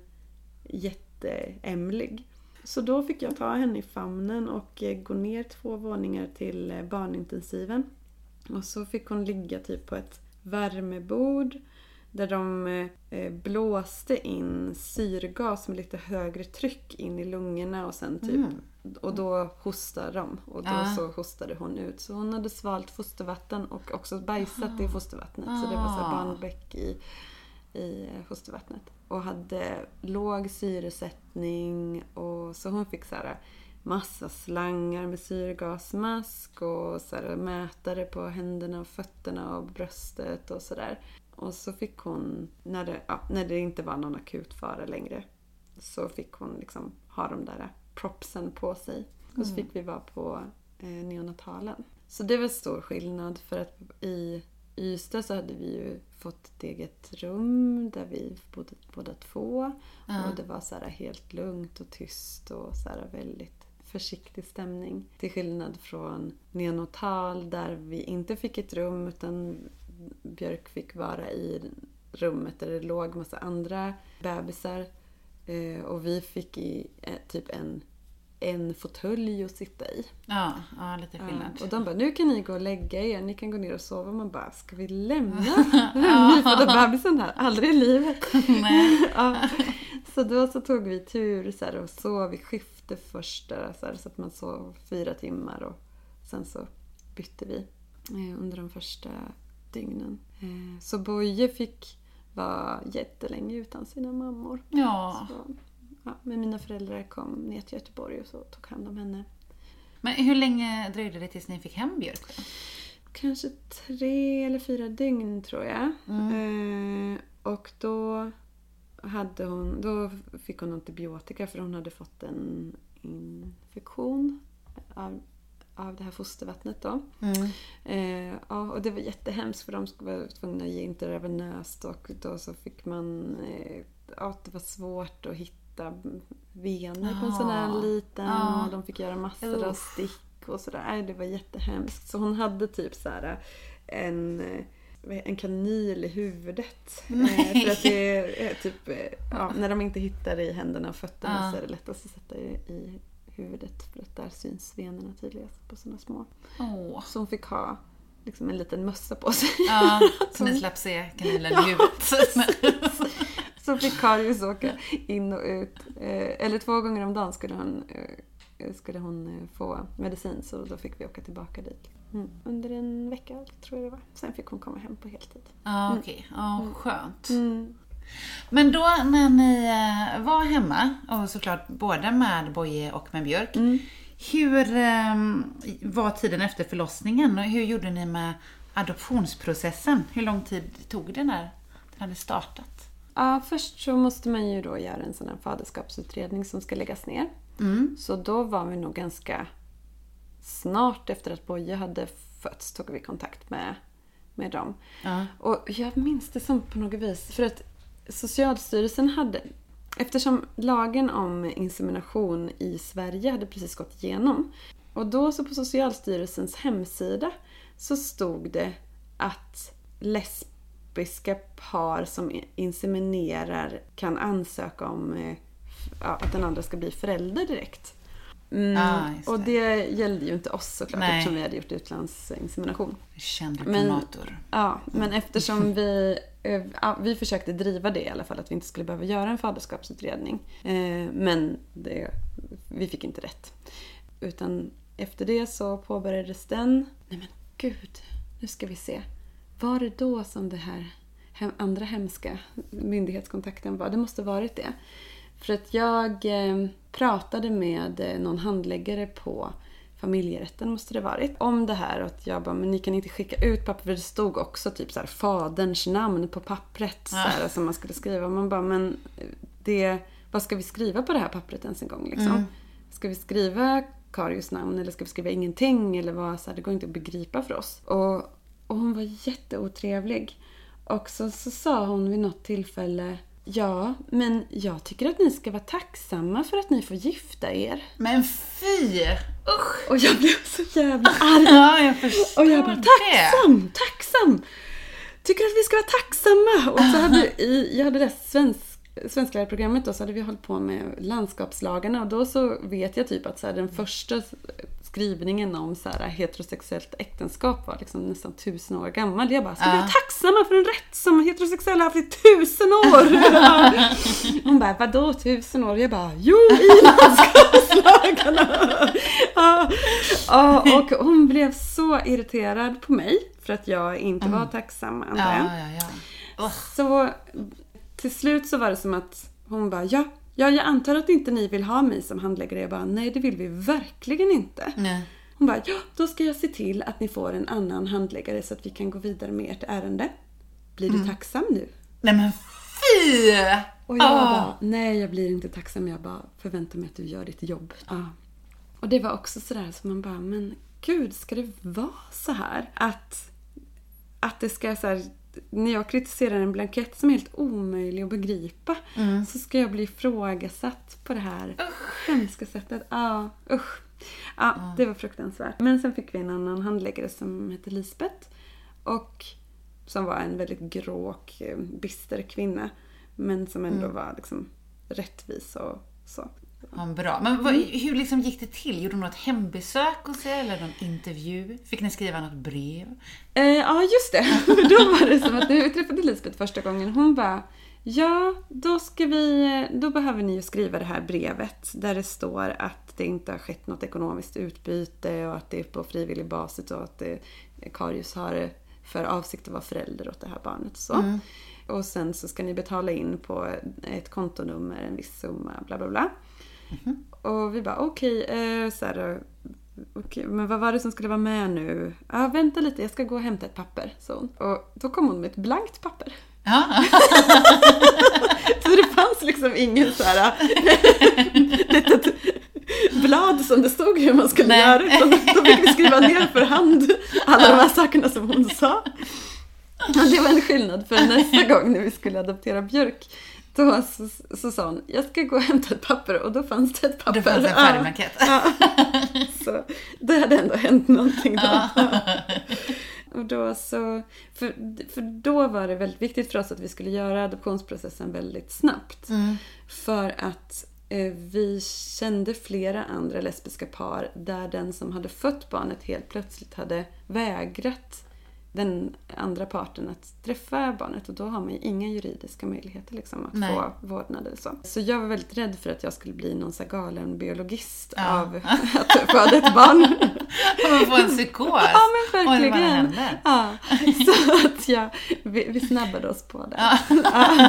jätteämlig. Så då fick jag ta henne i famnen och eh, gå ner två våningar till eh, barnintensiven. Och så fick hon ligga typ på ett värmebord där de eh, blåste in syrgas med lite högre tryck in i lungorna och sen typ Mm. och då hostade de och då Ah. så hostade hon ut. Så hon hade svalt fostervatten och också bajsat i fostervattnet. Ah. Så det var så här barnbäck i, i fostervattnet. Och hade låg syresättning och så hon fick så här massa slangar med syrgasmask och så här mätare på händerna och fötterna och bröstet och sådär. Och så fick hon, när det, ja, när det inte var någon akut fara längre, så fick hon liksom ha de där propsen på sig. Och så fick vi vara på eh, neonatalen. Så det var stor skillnad, för att i Ystad så hade vi ju fått ett eget rum där vi bodde båda två. Ja. Och det var så här helt lugnt och tyst och så här väldigt försiktig stämning. Till skillnad från neonatal där vi inte fick ett rum utan Björk fick vara i rummet där det låg massa andra bebisar. Eh, och vi fick i eh, typ en, en fåtölj att sitta i. Ja, ja, lite skillnad. Ja, och de bara, nu kan ni gå och lägga er, ni kan gå ner och sova. Man bara, ska vi lämna den här nyfödda bebisen här? Aldrig i livet. Nej. Ja. Så då så tog vi tur så här, och sov i skifte först där, så, här, så att man sov fyra timmar och sen så bytte vi eh, under de första dygnen. Eh, så Boje fick vara jättelänge utan sina mammor. Ja. Så, ja, men mina föräldrar kom ner till Göteborg och så tog hand om henne. Men hur länge dröjde det tills ni fick hem Björk då? kanske tre eller fyra dygn tror jag. Mm. Eh, och då hade hon, då fick hon antibiotika för hon hade fått en infektion av, av det här fostervattnet då. Mm. Eh, ja, och det var jättehemskt för de var tvungna att ge intravenöst och då så fick man, eh, ja, det var svårt att hitta vener oh. på en sån här liten oh. och de fick göra massor oh. av stick och sådär. Nej, det var jättehemskt. Så hon hade typ så här en en kanyl i huvudet. Nej. För att det är typ, ja, när de inte hittar i händerna och fötterna ja. Så är det lättast att sätta i, i huvudet. För att där syns venerna tydligast på sådana små. Oh. Så hon fick ha liksom en liten mössa på sig. Ja, så ni slapp se kanylen i huvudet. Så fick Karius åka in och ut. Eller två gånger om dagen skulle han... skulle hon få medicin, så då fick vi åka tillbaka dit. Mm. Under en vecka tror jag det var. Sen fick hon komma hem på heltid. Ja, mm. okej. Okay. Ja, skönt. Mm. Men då när ni var hemma, och såklart både med Boje och med Björk, mm. hur um, var tiden efter förlossningen och hur gjorde ni med adoptionsprocessen? Hur lång tid tog det när den hade startat? Ja, först så måste man ju då göra en sån här faderskapsutredning som ska läggas ner. Mm. Så då var vi nog ganska snart efter att Boje hade fötts tog vi kontakt med, med dem. Ja. Och jag minns det som på något vis. För att Socialstyrelsen hade, eftersom lagen om insemination i Sverige hade precis gått igenom. Och då så på Socialstyrelsens hemsida så stod det att lesbiska par som inseminerar kan ansöka om ja, att den andra ska bli förälder direkt. Mm. Ah, det. Och det gällde ju inte oss såklart. Nej. Eftersom vi hade gjort utlandsinsemination. Känd diplomator. Ja, men eftersom vi ja, vi försökte driva det i alla fall, att vi inte skulle behöva göra en faderskapsutredning. Eh, men det, vi fick inte rätt. Utan efter det så påbörjades den. Nej men gud, nu ska vi se. Var det då som det här hem, andra hemska myndighetskontakten var? Det måste varit det. För att jag eh, pratade med eh, någon handläggare på familjerätten, måste det varit, om det här. Och att jag bara, men ni kan inte skicka ut papper. För det stod också typ så här, faderns namn på pappret så här, som man skulle skriva. Man bara, men det, vad ska vi skriva på det här pappret ens en gång liksom? Mm. Ska vi skriva Karius namn eller ska vi skriva ingenting? Eller vad, så här, det går inte att begripa för oss. Och, och hon var jätteotrevlig. Och så, så sa hon vid något tillfälle... Ja, men jag tycker att ni ska vara tacksamma för att ni får gifta er. Men fy! Usch! Och jag blev så jävla arg. Ja, jag förstår. Och jag bara, tacksam, det. tacksam! Tycker att vi ska vara tacksamma. Och så hade i, jag hade läst svensk, svenska programmet då, så hade vi hållit på med landskapslagarna. Och då så vet jag typ att så här, den första skrivningen om så här, heterosexuellt äktenskap var liksom nästan tusen år gammal. Jag bara, ska vi vara tacksamma för en rätt som heterosexuella har haft i tusen år? Hon bara, vadå tusen år? Jag bara, jo, i landskapslagarna. ja, ja, och hon blev så irriterad på mig för att jag inte var tacksam. Ja, ja, ja. Så till slut så var det som att hon bara, ja, ja, jag antar att inte ni vill ha mig som handläggare. Jag bara, nej det vill vi verkligen inte. Nej. Hon bara, ja, då ska jag se till att ni får en annan handläggare så att vi kan gå vidare med ert ärende. Blir du mm. tacksam nu? Nej men fy! Och jag oh. bara, nej jag blir inte tacksam. Jag bara förväntar mig att du gör ditt jobb. Ja. Och det var också sådär som man bara, men gud, ska det vara så här? Att, att det ska så här... När jag kritiserar en blankett som är helt omöjlig att begripa mm. så ska jag bli ifrågasatt på det här usch. hemska sättet. Ja, usch. Ja, mm. det var fruktansvärt. Men sen fick vi en annan handläggare som hette Lisbeth och som var en väldigt grå och bister kvinna men som ändå mm. var liksom rättvis och så. Ja, bra. Men vad, hur liksom gick det till? Gjorde du något hembesök hos er eller någon intervju? Fick ni skriva något brev? Eh, ja, just det. Då var det som att när vi träffade Lisbeth första gången. Hon bara, ja, då ska vi, då behöver ni ju skriva det här brevet där det står att det inte har skett något ekonomiskt utbyte och att det är på frivillig basis och att det, Karius har för avsikt att vara förälder åt det här barnet. Så. Mm. Och sen så ska ni betala in på ett kontonummer, en viss summa, bla bla bla. Mm-hmm. Och vi bara, okej, okay, eh, okej, men vad var det som skulle vara med nu? Ja, vänta lite, jag ska gå och hämta ett papper, sa hon. Och då kom hon med ett blankt papper. Ja. Så det fanns liksom ingen så här litet blad som det stod hur man skulle Nej. göra. Utan då fick vi skriva ner för hand alla de här sakerna som hon sa. Och det var en skillnad för nästa gång när vi skulle adoptera Björk. Då så, så sa hon, jag ska gå och hämta ett papper. Och då fanns det ett papper. Det fanns en färdig blankett. Ja, ja. Så det hade ändå hänt någonting då. Ja. Och då så, för, för då var det väldigt viktigt för oss att vi skulle göra adoptionsprocessen väldigt snabbt. Mm. För att eh, vi kände flera andra lesbiska par där den som hade fött barnet helt plötsligt hade vägrat den andra parten att träffa barnet. Och då har man ju inga juridiska möjligheter liksom, att Nej. få vårdnad eller så. Så jag var väldigt rädd för att jag skulle bli någon så här galen biologist Ja. av att föda ett barn. Man får en psykos. Ja, men verkligen. Oj, vad händer? Ja, så att jag, vi, vi snabbade oss på det. Ja. Ja.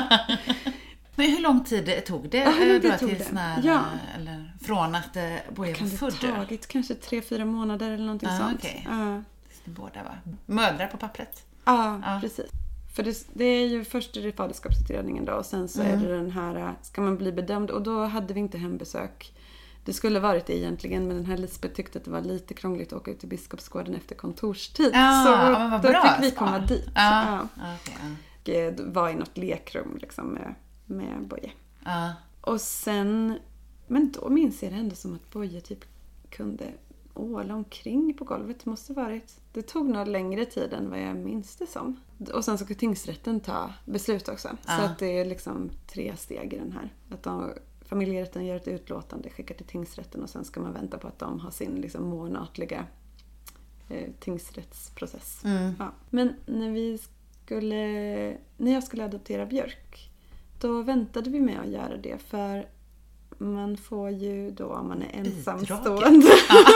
Men hur lång tid tog det? Ja, hur lång tid då tog tills det? när, Ja. eller från att eh, Boje var Kan det född? tagit kanske tre, fyra månader eller någonting Ja, sånt. okej. Ja. Båda var mödrar på pappret. Ja, Ja. precis. För det, det är ju först är det faderskapsutredningen då och sen så Mm. är det den här, ska man bli bedömd, och då hade vi inte hembesök. Det skulle varit det egentligen, men den här Lisbeth tyckte att det var lite krångligt att åka ut till Biskopsgården efter kontorstid. Ja, så ja, men vad då bra, fick vi spa. komma dit. Ja. Ja. Ja, okej, ja. Och eh, var i något lekrum liksom med, med Boje. Ja. Och sen, men då minns jag det ändå som att Boje typ kunde åla omkring på golvet. Det måste varit, det tog nog längre tid än vad jag minns det som. Och sen så ska tingsrätten ta beslut också. Ja. Så att det är liksom tre steg i den här. Att de, familjerätten gör ett utlåtande, skickar till tingsrätten och sen ska man vänta på att de har sin liksom månatliga eh, tingsrättsprocess. Mm. Ja. Men när vi skulle, när jag skulle adoptera Björk, då väntade vi med att göra det, för man får ju då, om man är ensamstående,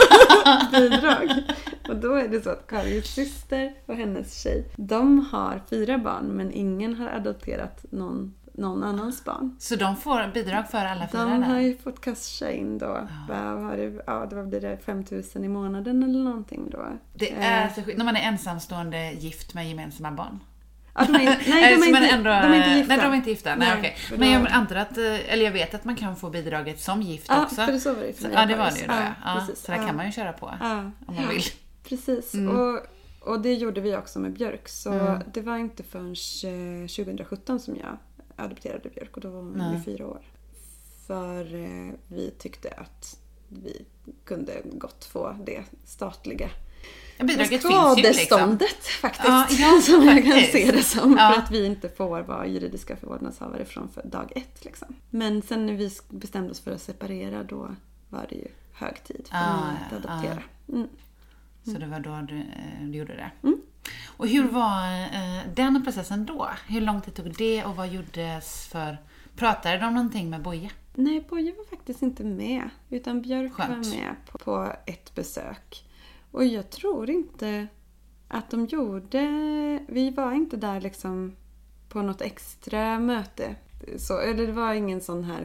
bidrag. Och då är det så att Karis syster och hennes tjej, de har fyra barn, men ingen har adopterat någon, någon annans barn. Så de får bidrag för alla fyra De har där? ju fått casha in då. Ja. Har det, ja, det var det där fem tusen i månaden eller någonting då. Det är så sjukt. När man är ensamstående gift med gemensamma barn. Ja, de är, nej, de är, Så inte, man ändå, de är inte gifta. Nej, de är inte gifta. Nej, Nej, okej. för Men då- jag antar att, eller jag vet att man kan få bidraget som gift Ja, också. för det så var det för mig. Ja, det var det ju då. Ja, Ja, ja. precis. Så där Ja. kan man ju köra på Ja. om man vill. Precis. Mm. Och, och det gjorde vi också med Björk. Så Mm. det var inte förrän eh, tjugohundrasjutton som jag adopterade Björk. Och då var hon Nej. ju fyra år. För eh, vi tyckte att vi kunde gott få det statliga Bidraget finns ju liksom. skadeståndet faktiskt. Ja, ja, som jag kan faktiskt. se det som. Ja. För att vi inte får vara juridiska förvårdnadshavare från för dag ett. Liksom. Men sen när vi bestämde oss för att separera, då var det ju hög tid för Ah, mig att adoptera. Mm. Så det var då du, eh, du gjorde det. Mm. Och hur var eh, den processen då? Hur lång tid tog det och vad gjordes för... Pratade de någonting med Boje? Nej, Boje var faktiskt inte med. Utan Björk Skönt. var med på, på ett besök. Och jag tror inte att de gjorde... Vi var inte där liksom på något extra möte. Så, eller det var ingen sån här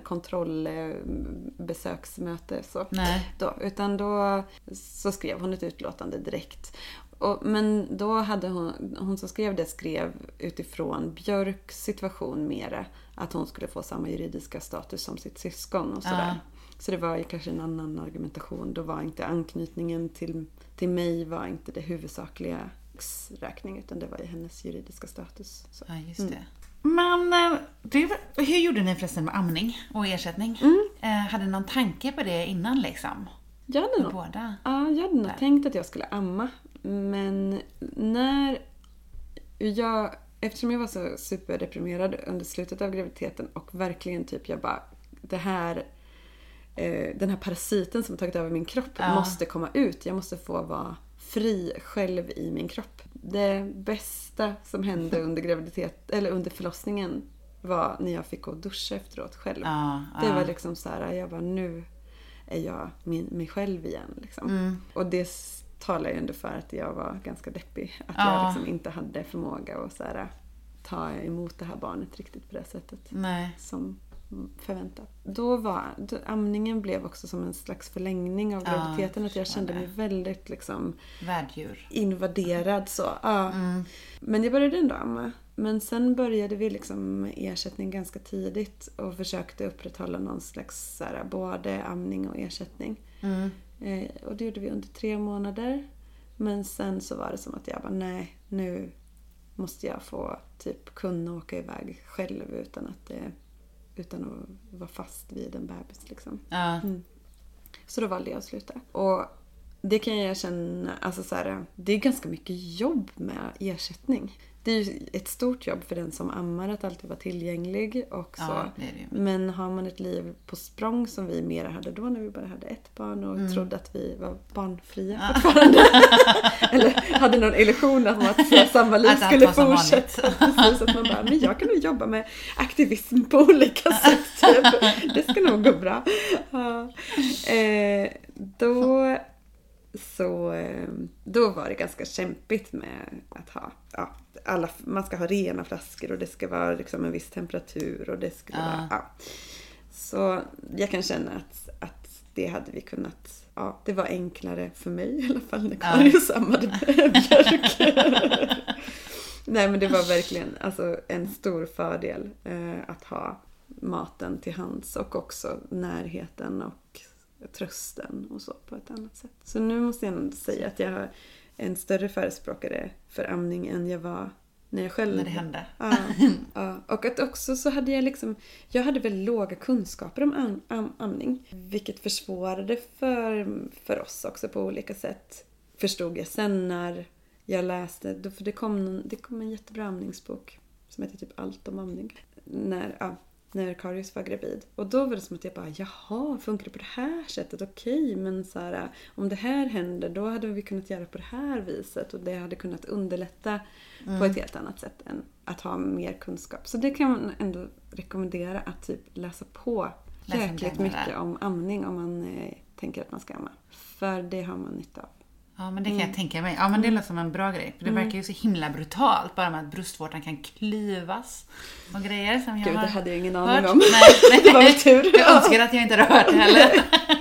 kontrollbesöksmöte. Så, Nej. då, utan då så skrev hon ett utlåtande direkt. Och, men då hade hon, hon som skrev det skrev utifrån Björks situation mera. Att hon skulle få samma juridiska status som sitt syskon och sådär. Ja. Så det var ju kanske en annan argumentation. Då var inte anknytningen till, till mig var inte det huvudsakliga räkning, utan det var ju hennes juridiska status. Så. Ja, just Mm. det. Men eh, du, hur gjorde ni förresten med amning och ersättning? Mm. Eh, hade ni någon tanke på det innan liksom? Jag hade Med nog, båda? ja, jag hade nog Där. tänkt att jag skulle amma. Men när jag, eftersom jag var så superdeprimerad under slutet av graviditeten och verkligen typ jag bara, det här, eh, den här parasiten som har tagit över min kropp Ja. måste komma ut. Jag måste få vara fri själv i min kropp. Det bästa som hände under graviditet eller under förlossningen var när jag fick gå och duscha efteråt själv. Ja, Det ja. var liksom så här, jag var nu är jag min, mig själv igen. Liksom. Mm. Och det s- talar ju ändå för att jag var ganska deppig. Att Ja. jag liksom inte hade förmåga att så här, ta emot det här barnet riktigt på det sättet. Nej. Som förväntat. Då var då, amningen blev också som en slags förlängning av graviditeten. Ja, att jag kände mig väldigt liksom värddjur. Invaderad så. Ja. Mm. Men jag började ändå amma. Men sen började vi liksom med ersättning ganska tidigt och försökte upprätthålla någon slags så här, både amning och ersättning. Mm. Eh, och det gjorde vi under tre månader. Men sen så var det som att jag bara, nej, nu måste jag få typ kunna åka iväg själv utan att det, utan att vara fast vid en bebis liksom. Ja. Mm. Så då valde jag att sluta. Och det kan jag känna, alltså så här, det är ganska mycket jobb med ersättning. Det är ju ett stort jobb för den som ammar att alltid vara tillgänglig och så. Ja, det är det. Men har man ett liv på språng som vi mera hade då när vi bara hade ett barn och mm. trodde att vi var barnfria ja. fortfarande. Eller hade någon illusion om att samma liv att skulle fortsätta. Precis, att man bara, men jag kan nog jobba med aktivism på olika sätt. Typ. Det ska nog gå bra. Ja. Eh, då... Så då var det ganska kämpigt med att ha, ja, alla, man ska ha rena flaskor och det ska vara liksom en viss temperatur och det ska ja. vara, ja. Så jag kan känna att, att det hade vi kunnat, ja, det var enklare för mig i alla fall när Karius ja. ammade Björk. Nej, men det var verkligen alltså, en stor fördel eh, att ha maten till hands och också närheten och trösten och så på ett annat sätt. Så nu måste jag ändå säga att jag har en större förespråkare för amning än jag var när jag själv... När det hände. Ja, ja. Och att också så hade jag liksom... Jag hade väl låga kunskaper om am, am, amning. Vilket försvårade för, för oss också på olika sätt. Förstod jag sen när jag läste... För det kom, det kom en jättebra amningsbok som heter typ Allt om amning. När... Ja, när Karius var gravid. Och då var det som att jag bara, jaha, funkar det på det här sättet? Okej, men så här, om det här händer, då hade vi kunnat göra på det här viset. Och det hade kunnat underlätta mm. på ett helt annat sätt än att ha mer kunskap. Så det kan man ändå rekommendera att typ läsa på jäkligt mycket om amning om man eh, tänker att man ska amma. För det har man nytta av. Ja, men det kan mm. jag tänka mig. Ja, men det låter som en bra grej. För det mm. verkar ju så himla brutalt. Bara med att bröstvårtan kan klyvas. Och grejer som jag Gud, har det hade jag ingen hört. aning om. Nej, nej. Det var väl tur. Jag önskar att jag inte hade hört det heller.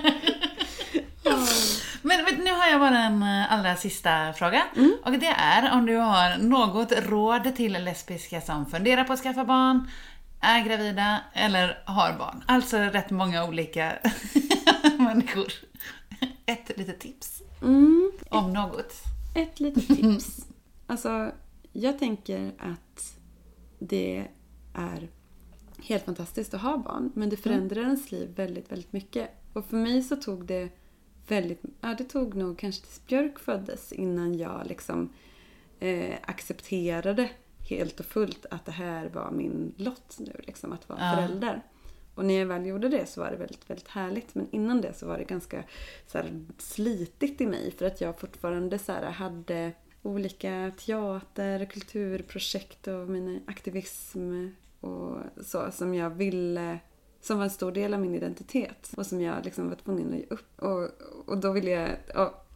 Men vet, nu har jag bara en allra sista fråga. Mm. Och det är om du har något råd till lesbiska som funderar på att skaffa barn, är gravida eller har barn. Alltså rätt många olika människor. Ett litet tips. Mm, om ett, något. Ett litet tips. Alltså, jag tänker att det är helt fantastiskt att ha barn. Men det förändrar mm. ens liv väldigt, väldigt mycket. Och för mig så tog det väldigt... Ja, det tog nog kanske tills Björk föddes innan jag liksom eh, accepterade helt och fullt att det här var min lott nu. Liksom, att vara ja. förälder. Och när jag väl gjorde det så var det väldigt, väldigt härligt. Men innan det så var det ganska så här, slitigt i mig. För att jag fortfarande så här, hade olika teater, kulturprojekt och min aktivism och så som jag ville... Som var en stor del av min identitet. Och som jag liksom var tvungen att ge upp. Och, och då ville jag... Och,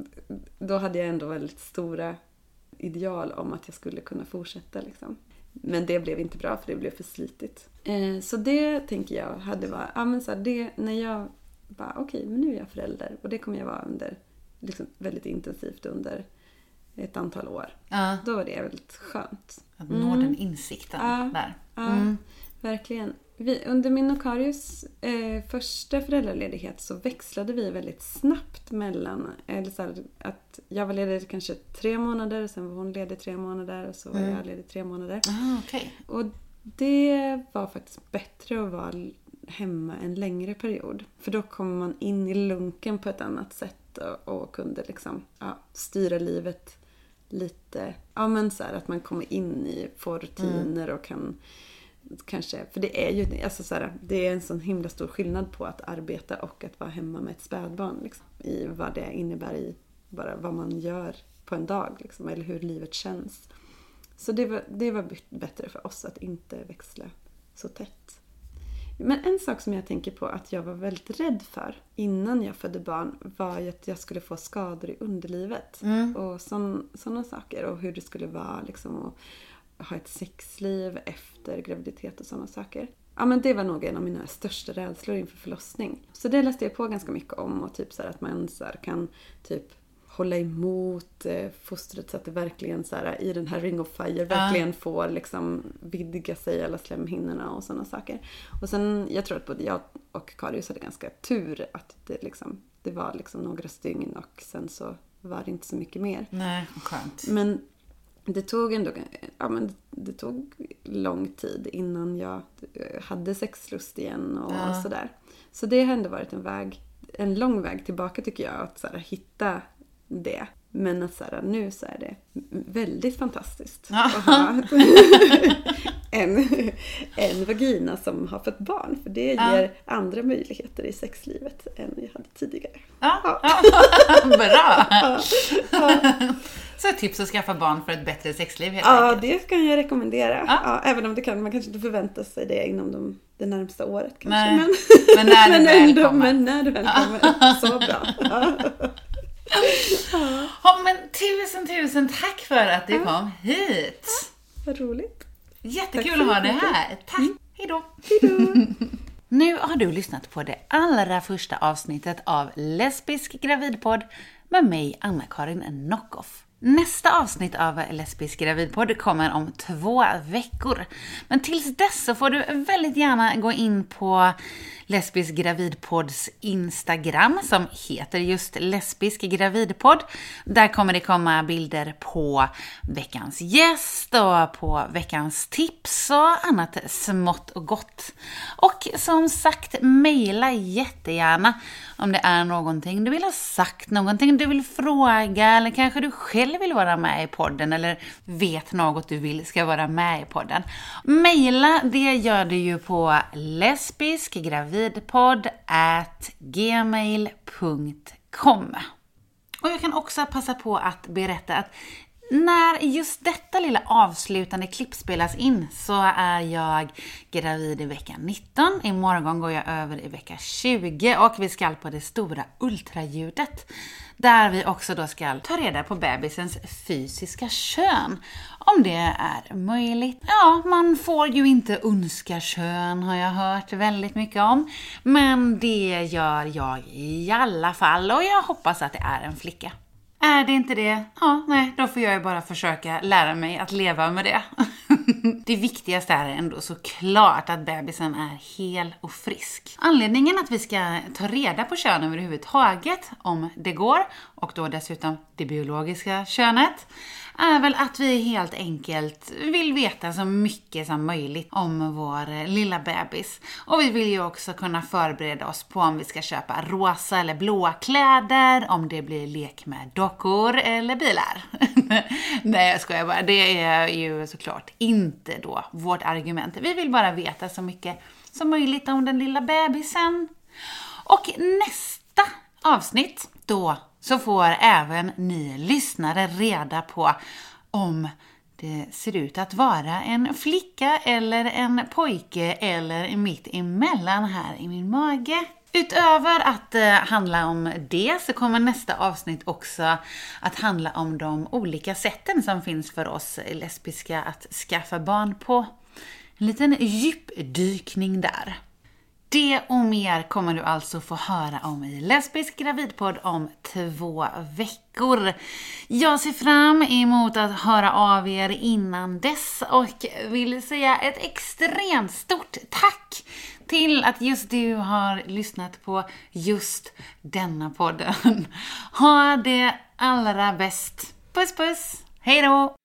då hade jag ändå väldigt stora ideal om att jag skulle kunna fortsätta liksom. Men det blev inte bra för det blev för slitigt. Eh, så det tänker jag hade varit... Ja, men så här, det, när jag bara, okej, okay, men nu är jag förälder. Och det kommer jag vara under liksom, väldigt intensivt under ett antal år. Ja. Då var det väldigt skönt. Att nå mm. den insikten ja, där. Mm. Ja, verkligen. Vi, under min och Karius eh, första föräldraledighet så växlade vi väldigt snabbt mellan, eller så här, att jag var ledig kanske tre månader, sen var hon ledig tre månader och så var mm. jag ledig tre månader. Ah, okay. Och det var faktiskt bättre att vara hemma en längre period. För då kommer man in i lunken på ett annat sätt och, och kunde liksom ja, styra livet lite. Ja, men så här, att man kommer in i, får rutiner mm. och kan... Kanske, för det är ju alltså så här, det är en sån himla stor skillnad på att arbeta och att vara hemma med ett spädbarn liksom, i vad det innebär i bara vad man gör på en dag liksom, eller hur livet känns. Så det var, det var bättre för oss att inte växla så tätt. Men en sak som jag tänker på att jag var väldigt rädd för innan jag födde barn var ju att jag skulle få skador i underlivet mm. och sådana saker och hur det skulle vara liksom och ha ett sexliv efter graviditet och sådana saker. ja, men det var nog en av mina största rädslor inför förlossning. Så det läste jag på ganska mycket om och typ så här att man så här kan typ hålla emot eh, fostret så att det verkligen så här, i den här ring of fire verkligen uh. får liksom vidga sig alla slemhinnorna och sådana saker. Och sen, jag tror att både jag och Karius hade ganska tur att det liksom, det var liksom några stygn och sen så var det inte så mycket mer. Nej, skönt. Men det tog ändå, ja men det tog lång tid innan jag hade sexlust igen och uh. sådär. Så det har ändå varit en väg, en lång väg tillbaka tycker jag, att så här, hitta det. Men att så här, nu så är det väldigt fantastiskt att ha en, en vagina som har fått barn. För det ger ja. andra möjligheter i sexlivet än jag hade tidigare. Ja, ja. Bra! Ja. Ja. Så ett tips att skaffa barn för ett bättre sexliv helt Ja, enkelt. det kan jag rekommendera. Ja. Ja, även om det kan, man kanske inte förväntar sig det inom de, det närmsta året. Kanske. Nej. Men, men när det men väl ändå, kommer. Men när det väl kommer. Så bra. Ja. Ja, men tusen, tusen tack för att du ja. kom hit. Vad roligt. Jättekul att ha dig här. Tack. Mm. Hej då. Hej då. Nu har du lyssnat på det allra första avsnittet av Lesbisk gravidpodd med mig, Anna-Karin Nockoff. Nästa avsnitt av Lesbisk gravidpodd kommer om två veckor. Men tills dess så får du väldigt gärna gå in på Lesbisk gravidpodds Instagram som heter just Lesbisk gravidpodd. Där kommer det komma bilder på veckans gäst och på veckans tips och annat smått och gott. Och som sagt, mejla jättegärna om det är någonting du vill ha sagt, någonting du vill fråga eller kanske du själv vill vara med i podden eller vet något du vill ska vara med i podden. Mejla, det gör du ju på lesbiskgravidpodd at gmail punkt com. Och jag kan också passa på att berätta att när just detta lilla avslutande klipp spelas in så är jag gravid i vecka nitton. Imorgon går jag över i vecka tjugo och vi ska på det stora ultraljudet. Där vi också då ska ta reda på bebisens fysiska kön. Om det är möjligt. Ja, man får ju inte önska kön har jag hört väldigt mycket om. Men det gör jag i alla fall och jag hoppas att det är en flicka. Är det inte det? Ja, nej, då får jag ju bara försöka lära mig att leva med det. Det viktigaste är ändå såklart att bebisen är hel och frisk. Anledningen att vi ska ta reda på kön överhuvudtaget, om det går, och då dessutom det biologiska könet, är väl att vi helt enkelt vill veta så mycket som möjligt om vår lilla bebis. Och vi vill ju också kunna förbereda oss på om vi ska köpa rosa eller blåa kläder, om det blir lek med dockor eller bilar. Nej, jag skojar bara. Det är ju såklart inte då vårt argument. Vi vill bara veta så mycket som möjligt om den lilla bebisen. Och nästa avsnitt då så får även ni lyssnare reda på om det ser ut att vara en flicka eller en pojke eller mitt emellan här i min mage. Utöver att eh, handla om det så kommer nästa avsnitt också att handla om de olika sätten som finns för oss lesbiska att skaffa barn på. En liten djupdykning där. Det och mer kommer du alltså få höra om i Lesbisk gravidpodd om två veckor. Jag ser fram emot att höra av er innan dess och vill säga ett extremt stort tack till att just du har lyssnat på just denna podden. Ha det allra bäst. Puss puss. Hej då!